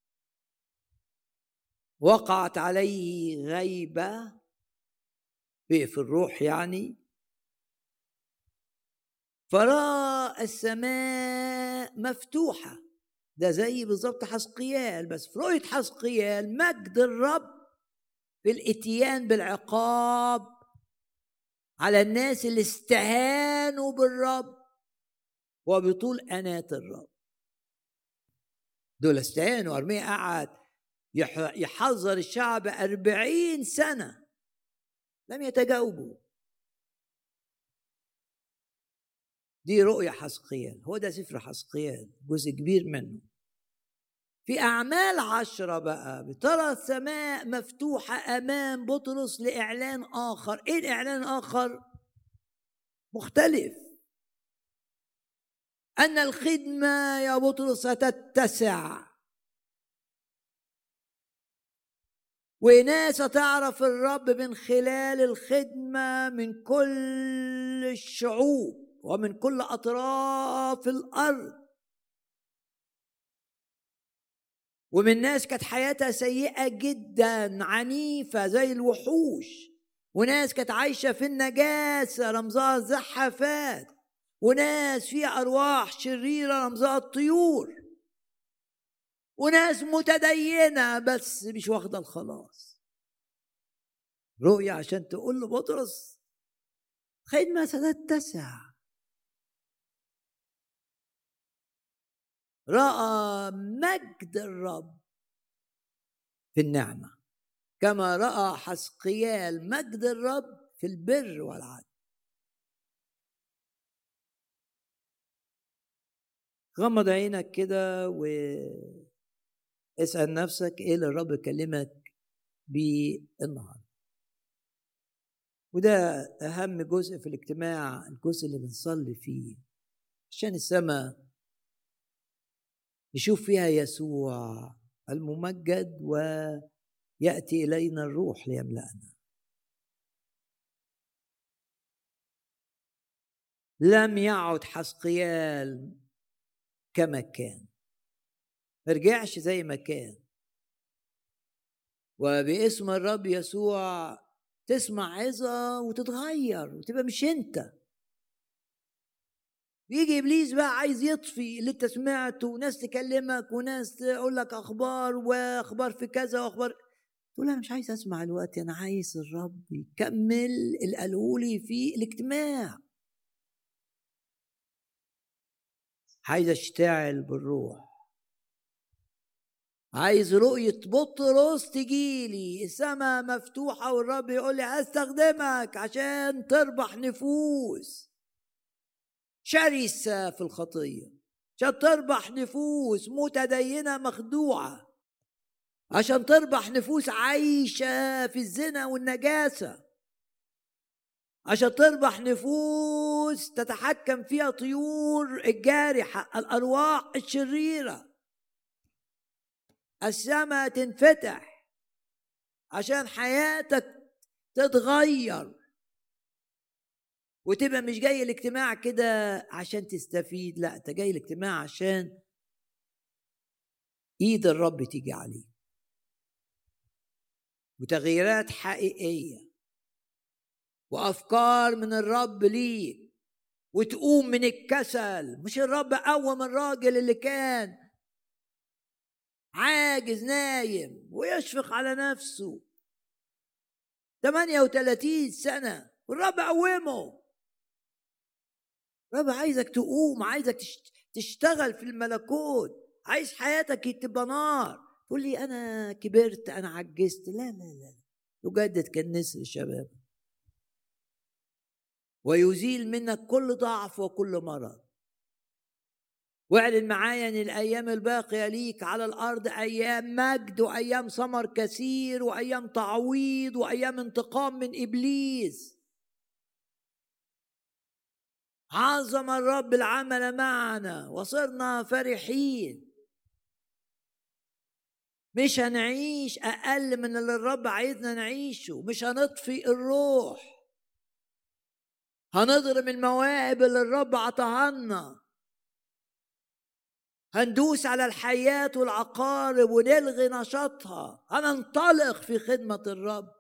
وقعت عليه غيبة في الروح يعني، فرأى السماء مفتوحة. ده زي بالظبط حزقيال، بس في رؤية حزقيال مجد الرب في الاتيان بالعقاب على الناس اللي استهانوا بالرب وبطول أناة الرب. دول استهانوا. أرميا قعد يحذر الشعب 40 سنة لم يتجاوبوا. دي رؤية حزقيال، هو ده سفر حزقيال جزء كبير منه. في أعمال 10 بقى بترى السماء مفتوحة أمام بطرس لإعلان آخر. إيه الإعلان الآخر؟ مختلف. أن الخدمة يا بطرس ستتسع، وناس تعرف الرب من خلال الخدمة من كل الشعوب ومن كل أطراف الأرض. ومن ناس كانت حياتها سيئة جدا عنيفة زي الوحوش، وناس كانت عايشة في النجاسة رمزها الزحافات، وناس فيها أرواح شريرة رمزها الطيور، وناس متدينة بس مش واخدة الخلاص. رؤية عشان تقول له بطرس خدمة ستتسع. رأى مجد الرب في النعمة كما رأى حزقيال مجد الرب في البر والعدل. غمض عينك كده واسأل نفسك ايه اللي الرب كلمك بيه النهارده. وده أهم جزء في الاجتماع، الجزء اللي بنصلي فيه عشان السماء نشوف فيها يسوع الممجد ويأتي إلينا الروح ليملأنا. لم يعد حزقيال كما كان، مرجعش زي ما كان. وباسم الرب يسوع تسمع عظة وتتغير وتبقى مش انت. يجي ابليس بقى عايز يطفي اللي انت سمعته، وناس تكلمك وناس تقول لك اخبار واخبار في كذا واخبار، تقول انا مش عايز اسمع الوقت، انا عايز الرب يكمل اللي قاله لي في الاجتماع. عايز اشتعل بالروح، عايز رؤية بطرس تجيلي، السماء مفتوحة والرب يقول لي هستخدمك عشان تربح نفوس شرسة في الخطية، عشان تربح نفوس متدينة مخدوعة، عشان تربح نفوس عايشة في الزنا والنجاسة، عشان تربح نفوس تتحكم فيها طيور الجارحة، الأرواح الشريرة. السماء تنفتح عشان حياتك تتغير، وتبقى مش جاي الاجتماع كده عشان تستفيد، لا انت جاي الاجتماع عشان ايد الرب تيجي عليك وتغييرات حقيقية وافكار من الرب ليك، وتقوم من الكسل. مش الرب قوم الراجل اللي كان عاجز نايم ويشفق على نفسه 38 سنة، والرب قومه. الرب عايزك تقوم، عايزك تشتغل في الملكوت، عايز حياتك تبقى نار. تقول لي انا كبرت، انا عجزت، لا لا لا، يجدد كالنسر الشباب ويزيل منك كل ضعف وكل مرض. واعلن معايا ان الايام الباقيه ليك على الارض ايام مجد، وايام ثمر كثير، وايام تعويض، وايام انتقام من ابليس. عظم الرب العمل معنا وصرنا فرحين. مش هنعيش اقل من اللي الرب عايزنا نعيشه، مش هنطفي الروح، هنضرب المواهب اللي الرب عطاها لنا، هندوس على الحياة والعقارب ونلغي نشاطها، هننطلق في خدمة الرب.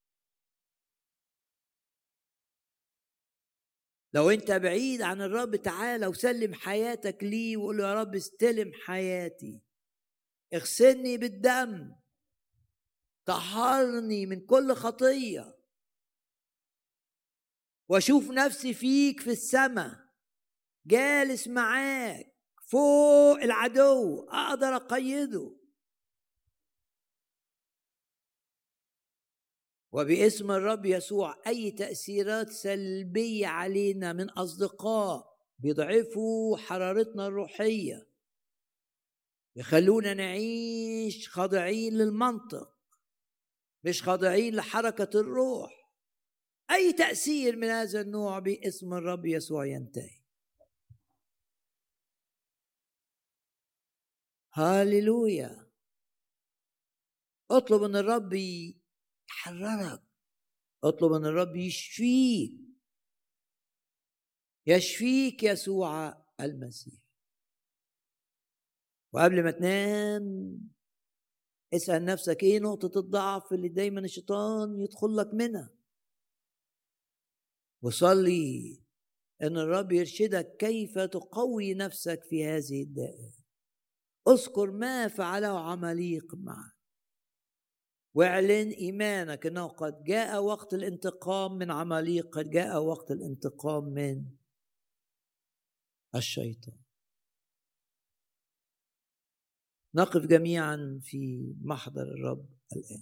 لو انت بعيد عن الرب تعالى وسلم حياتك ليه، وقول له يا رب استلم حياتي، اغسلني بالدم، طهرني من كل خطية، واشوف نفسي فيك في السماء جالس معاك فوق العدو، اقدر اقيده. وباسم الرب يسوع اي تأثيرات سلبية علينا من اصدقاء بيضعفوا حرارتنا الروحية، يخلونا نعيش خاضعين للمنطق مش خاضعين لحركة الروح، اي تأثير من هذا النوع باسم الرب يسوع ينتهي. هاليلويا. اطلب ان الرب يحررك، اطلب ان الرب يشفيك، يشفيك يسوع المسيح. وقبل ما تنام اسأل نفسك ايه نقطة الضعف اللي دايما الشيطان يدخل لك منها، وصلي ان الرب يرشدك كيف تقوي نفسك في هذه الدائرة. اذكر ما فعله عماليق معك، واعلن ايمانك انه قد جاء وقت الانتقام من عماليق، قد جاء وقت الانتقام من الشيطان. نقف جميعا في محضر الرب الآن.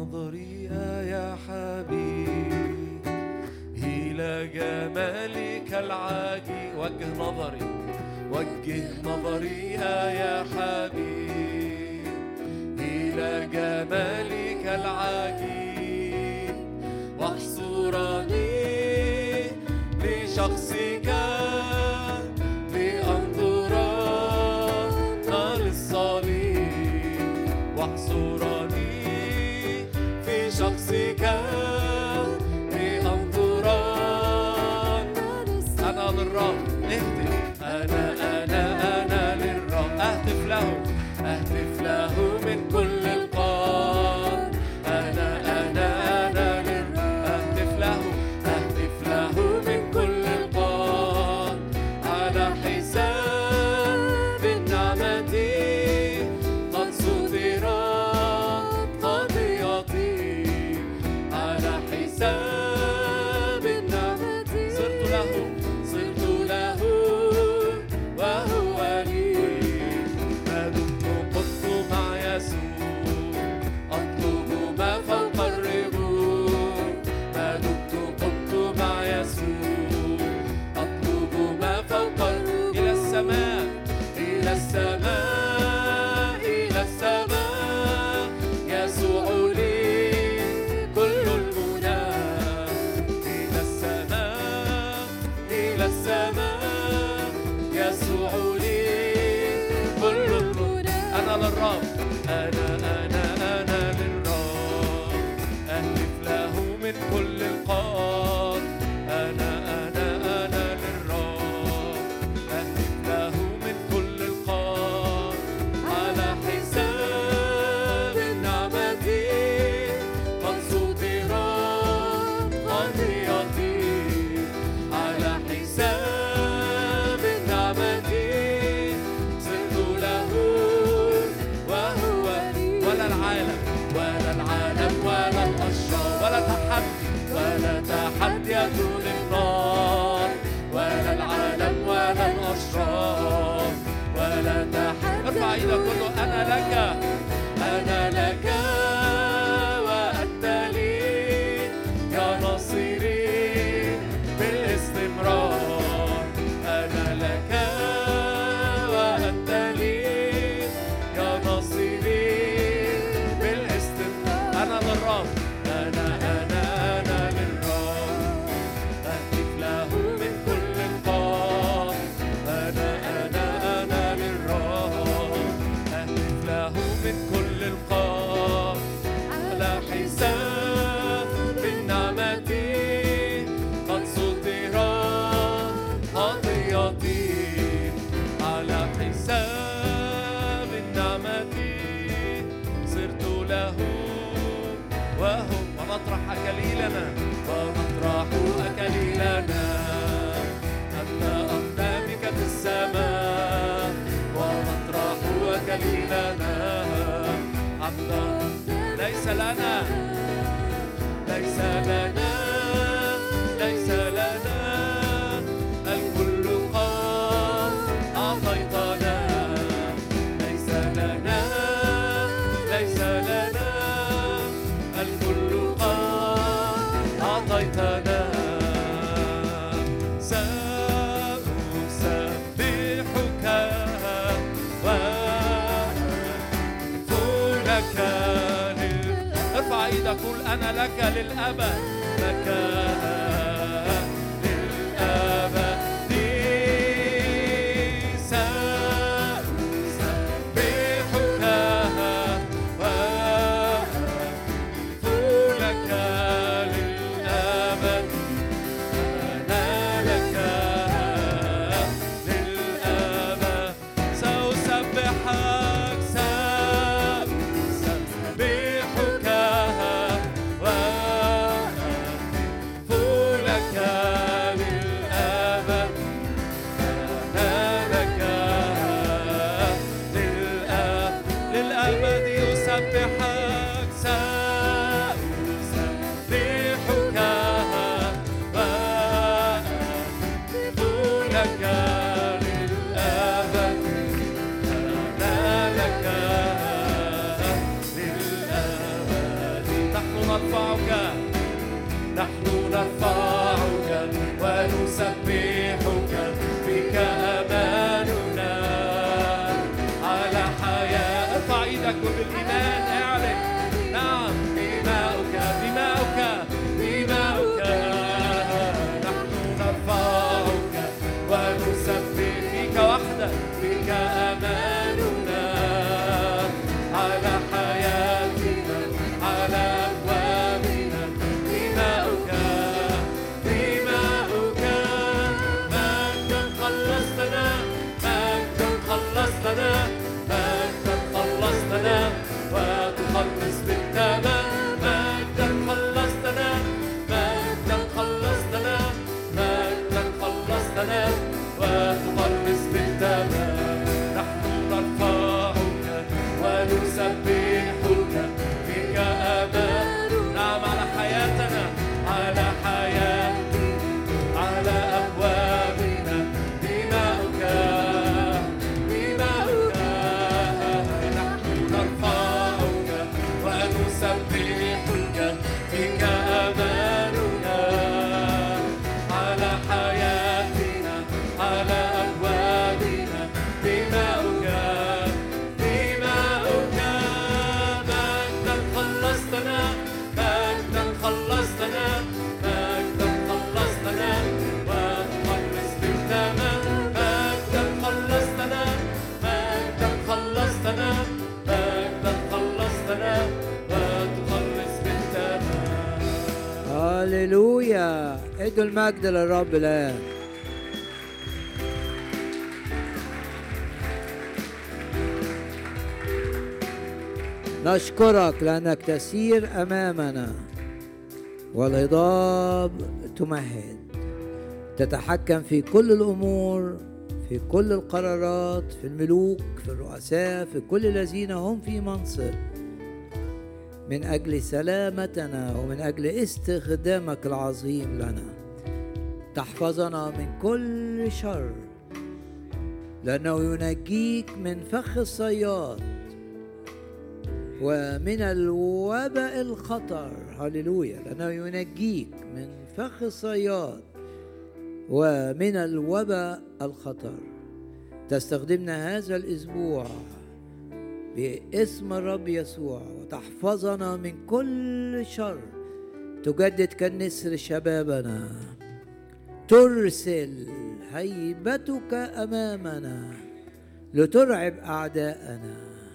نظري يا حبيب إلى جمالك العجيب. وجه نظري يا حبيب إلى جمالك العجيب واحصرني لشخصك لأنظر للصليب واحصرني في شخصك لأنظر. أنا للرب اهتف، أنا للرب أهتف له من كل القلب. أنا للرب أهتف له من كل القلب على حساب النعمة قد سترت خطيئتي. على حساب النعمة صرت له وهو لي. ما دمت قدت مع يسوع أطلب ما فوق الرجوع. ما دمت قدت مع يسوع أطلب ما فوق إلى السماء إلى السماء إلى السماء. يسوع لي كل المنى. إلى السماء إلى السماء. يسوع لي كل المنى. أنا للرب أنا للرب أهتف له من كل القلب. أنا للرب أهتف له من كل القلب على حساب النعمة قد سترت خطيئتي. على حساب النعمة صرت له وهو لي. ولا العالم ولا الأشرار ولا تحديات للنار. ولا العالم ولا الأشرار ولا تحديات. ارفع ايدك كله. أنا لك وأنت لي يا نصيري بالاستمرار. أنا لك وأنت لي يا نصيري بالاستمرار. أنا للرب أنا للرب أهتف له من كل القلب. أنا للرب أهتف له من كل القلب على حساب النعمة قد سترت خطيئتي. على حساب النعمة صرت له وهم. ونطرح أكليلنا أنت أقدامك في السماء. ونطرح أكليلنا عبدا. ليس لنا الكل قد أعطيتنا. ليس لنا الكل قد أعطيتنا. سأسبحك وأهتف لك. ارفع ايدك قول أنا لك للأبد. لك للأبد. سأسبحك وأهتف لك للأبد. أنا لك للأبد. سأسبحك وأهتف نرفعك نحن نرفعك ونسبحك بك أماننا على حياة. ارفع ايدك وبالإيمان اعلن نعم دماؤك دماؤك دماؤك نحن نرفعك ونسبح بك وحدك بك أماننا على حياتنا على أبوابنا دماؤك دماؤك مجدا خلصتنا مجدا خلصتنا مجدا خلصتنا وتخلص بالتمام مجدا خلصتنا مجدا خلصتنا مجدا خلصتنا وتخلص بالتمام نحن نرفعك ونسبحك بك أمان نعم على حياتنا على حياتنا على أبوابنا دماؤك دماؤك نحن نرفعك ونسبحك بك أماننا على حياتنا على أبوابنا دماؤك دماؤك مجدا خلصتنا مجدا خلصتنا مجدا خلصتنا وتخلص بالتمام مجدا خلصتنا مجدا خلصتنا مجدا خلصتنا وتخلص بالتمام. هاليلويا. ادوا المجد للرب الآن. نشكرك لأنك تسير أمامنا والهضاب تمهد، تتحكم في كل الأمور، في كل القرارات، في الملوك، في الرؤساء، في كل الذين هم في منصب، من أجل سلامتنا ومن أجل استخدامك العظيم لنا. تحفظنا من كل شر لأنه ينجيك من فخ الصياد ومن الوباء الخطر. هللويا. لأنه ينجيك من فخ الصياد ومن الوباء الخطر. تستخدمنا هذا الأسبوع باسم الرب يسوع وتحفظنا من كل شر. تجدد كالنسر شبابنا، ترسل هيبتك أمامنا لترعب أعداءنا،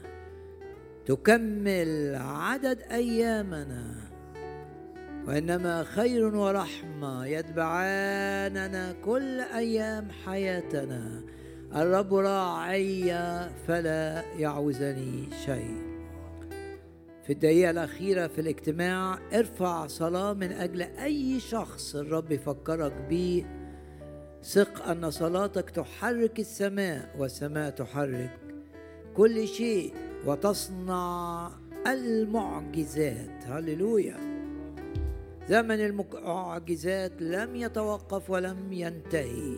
تكمل عدد أيامنا، وإنما خير ورحمة يتبعاننا كل أيام حياتنا. الرب راعي فلا يعوزني شيء. في الدقيقة الأخيرة في الاجتماع ارفع صلاة من أجل أي شخص الرب يفكرك بيه. ثق أن صلاتك تحرك السماء والسماء تحرك كل شيء وتصنع المعجزات. هللويا. زمن المعجزات لم يتوقف ولم ينتهي.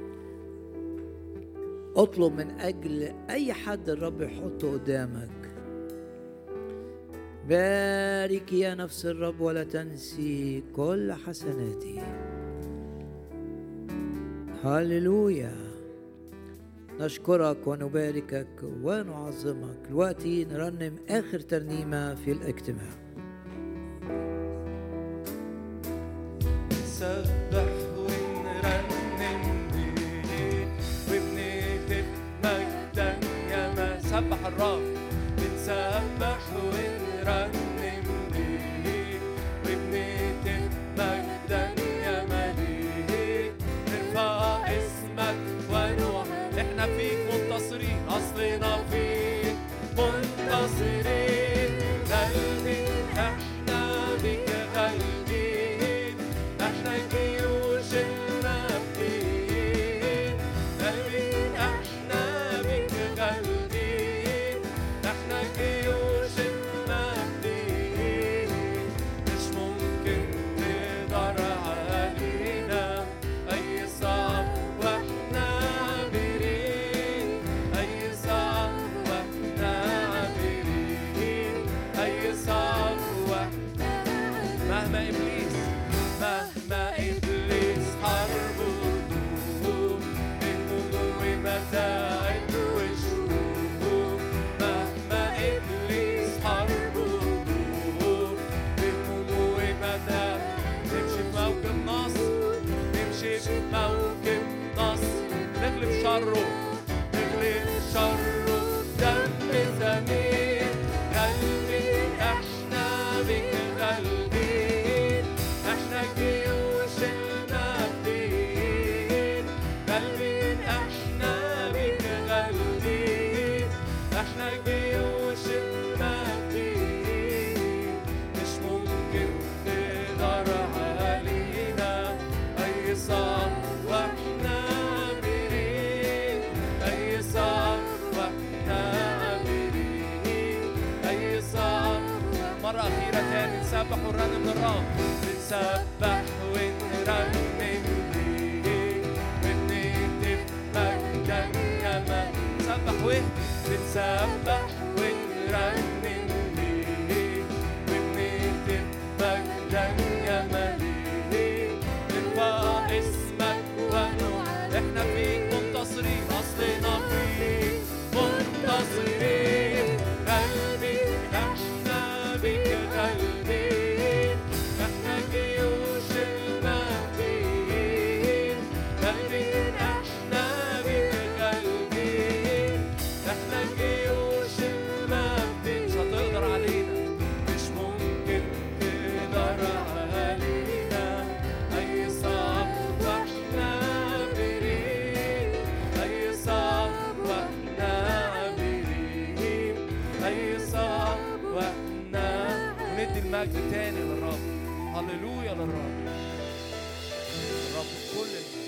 اطلب من أجل أي حد الرب يحطه قدامك. بارك يا نفس الرب ولا تنسي كل حسناته. هللويا. نشكرك ونباركك ونعظمك. دلوقتي نرنم آخر ترنيمة في الاجتماع. نسبح ونرنم ليه وبنهتف مجدا ياما. سبح الرب. بنسبح ونرنم ليه وبنهتف مجدا ياما ليه. نرفع اسمك ونوح احنا فيك منتصرين. اصلنا فيك منتصرين. غالبين احنا بك غالبين. احنا جيوش الرافدين. غالبين احنا بك غالبين. احنا جيوش الرافدين. مهما إبليس حاربه بالهجوم متاعب وشوق، مهما إبليس حاربه بالهجوم متاعب. نمشي في موكب نصر، نمشي في موكب نصر، نغلب شره، نغلب شره دم ثمين. قلبي احنا بك غالبين، احنا جيوش المجدين. قلبي احنا بك غالبين، احنا جيوش المجدين. مش ممكن تقدر علينا اي صعب واحنا عابرين، اي صعب واحنا عابرين، اي صعب. مرة أخيرة تاني نسبح ونرنم للرب، نسبح ونرنم ليه ونهتف مجدا يا من. نسبح نسبح ونرنم ليه ونهتف مجدا يا مليك. نرفع اسمك ونعلن احنا فيك منتصرين، أصلنا فيك منتصرين. قلبي احنا بك غالبين، احنا جيوش المجدين. قلبي احنا بك غالبين، احنا جيوش المجدين. مش هتقدر علينا، مش ممكن تقدر علينا اي صعب واحنا عابرين، اي صعب واحنا عابرين، اي صعب واحنا. وندي المجد تاني للرب. هللويا للرب، الرب كل المجد.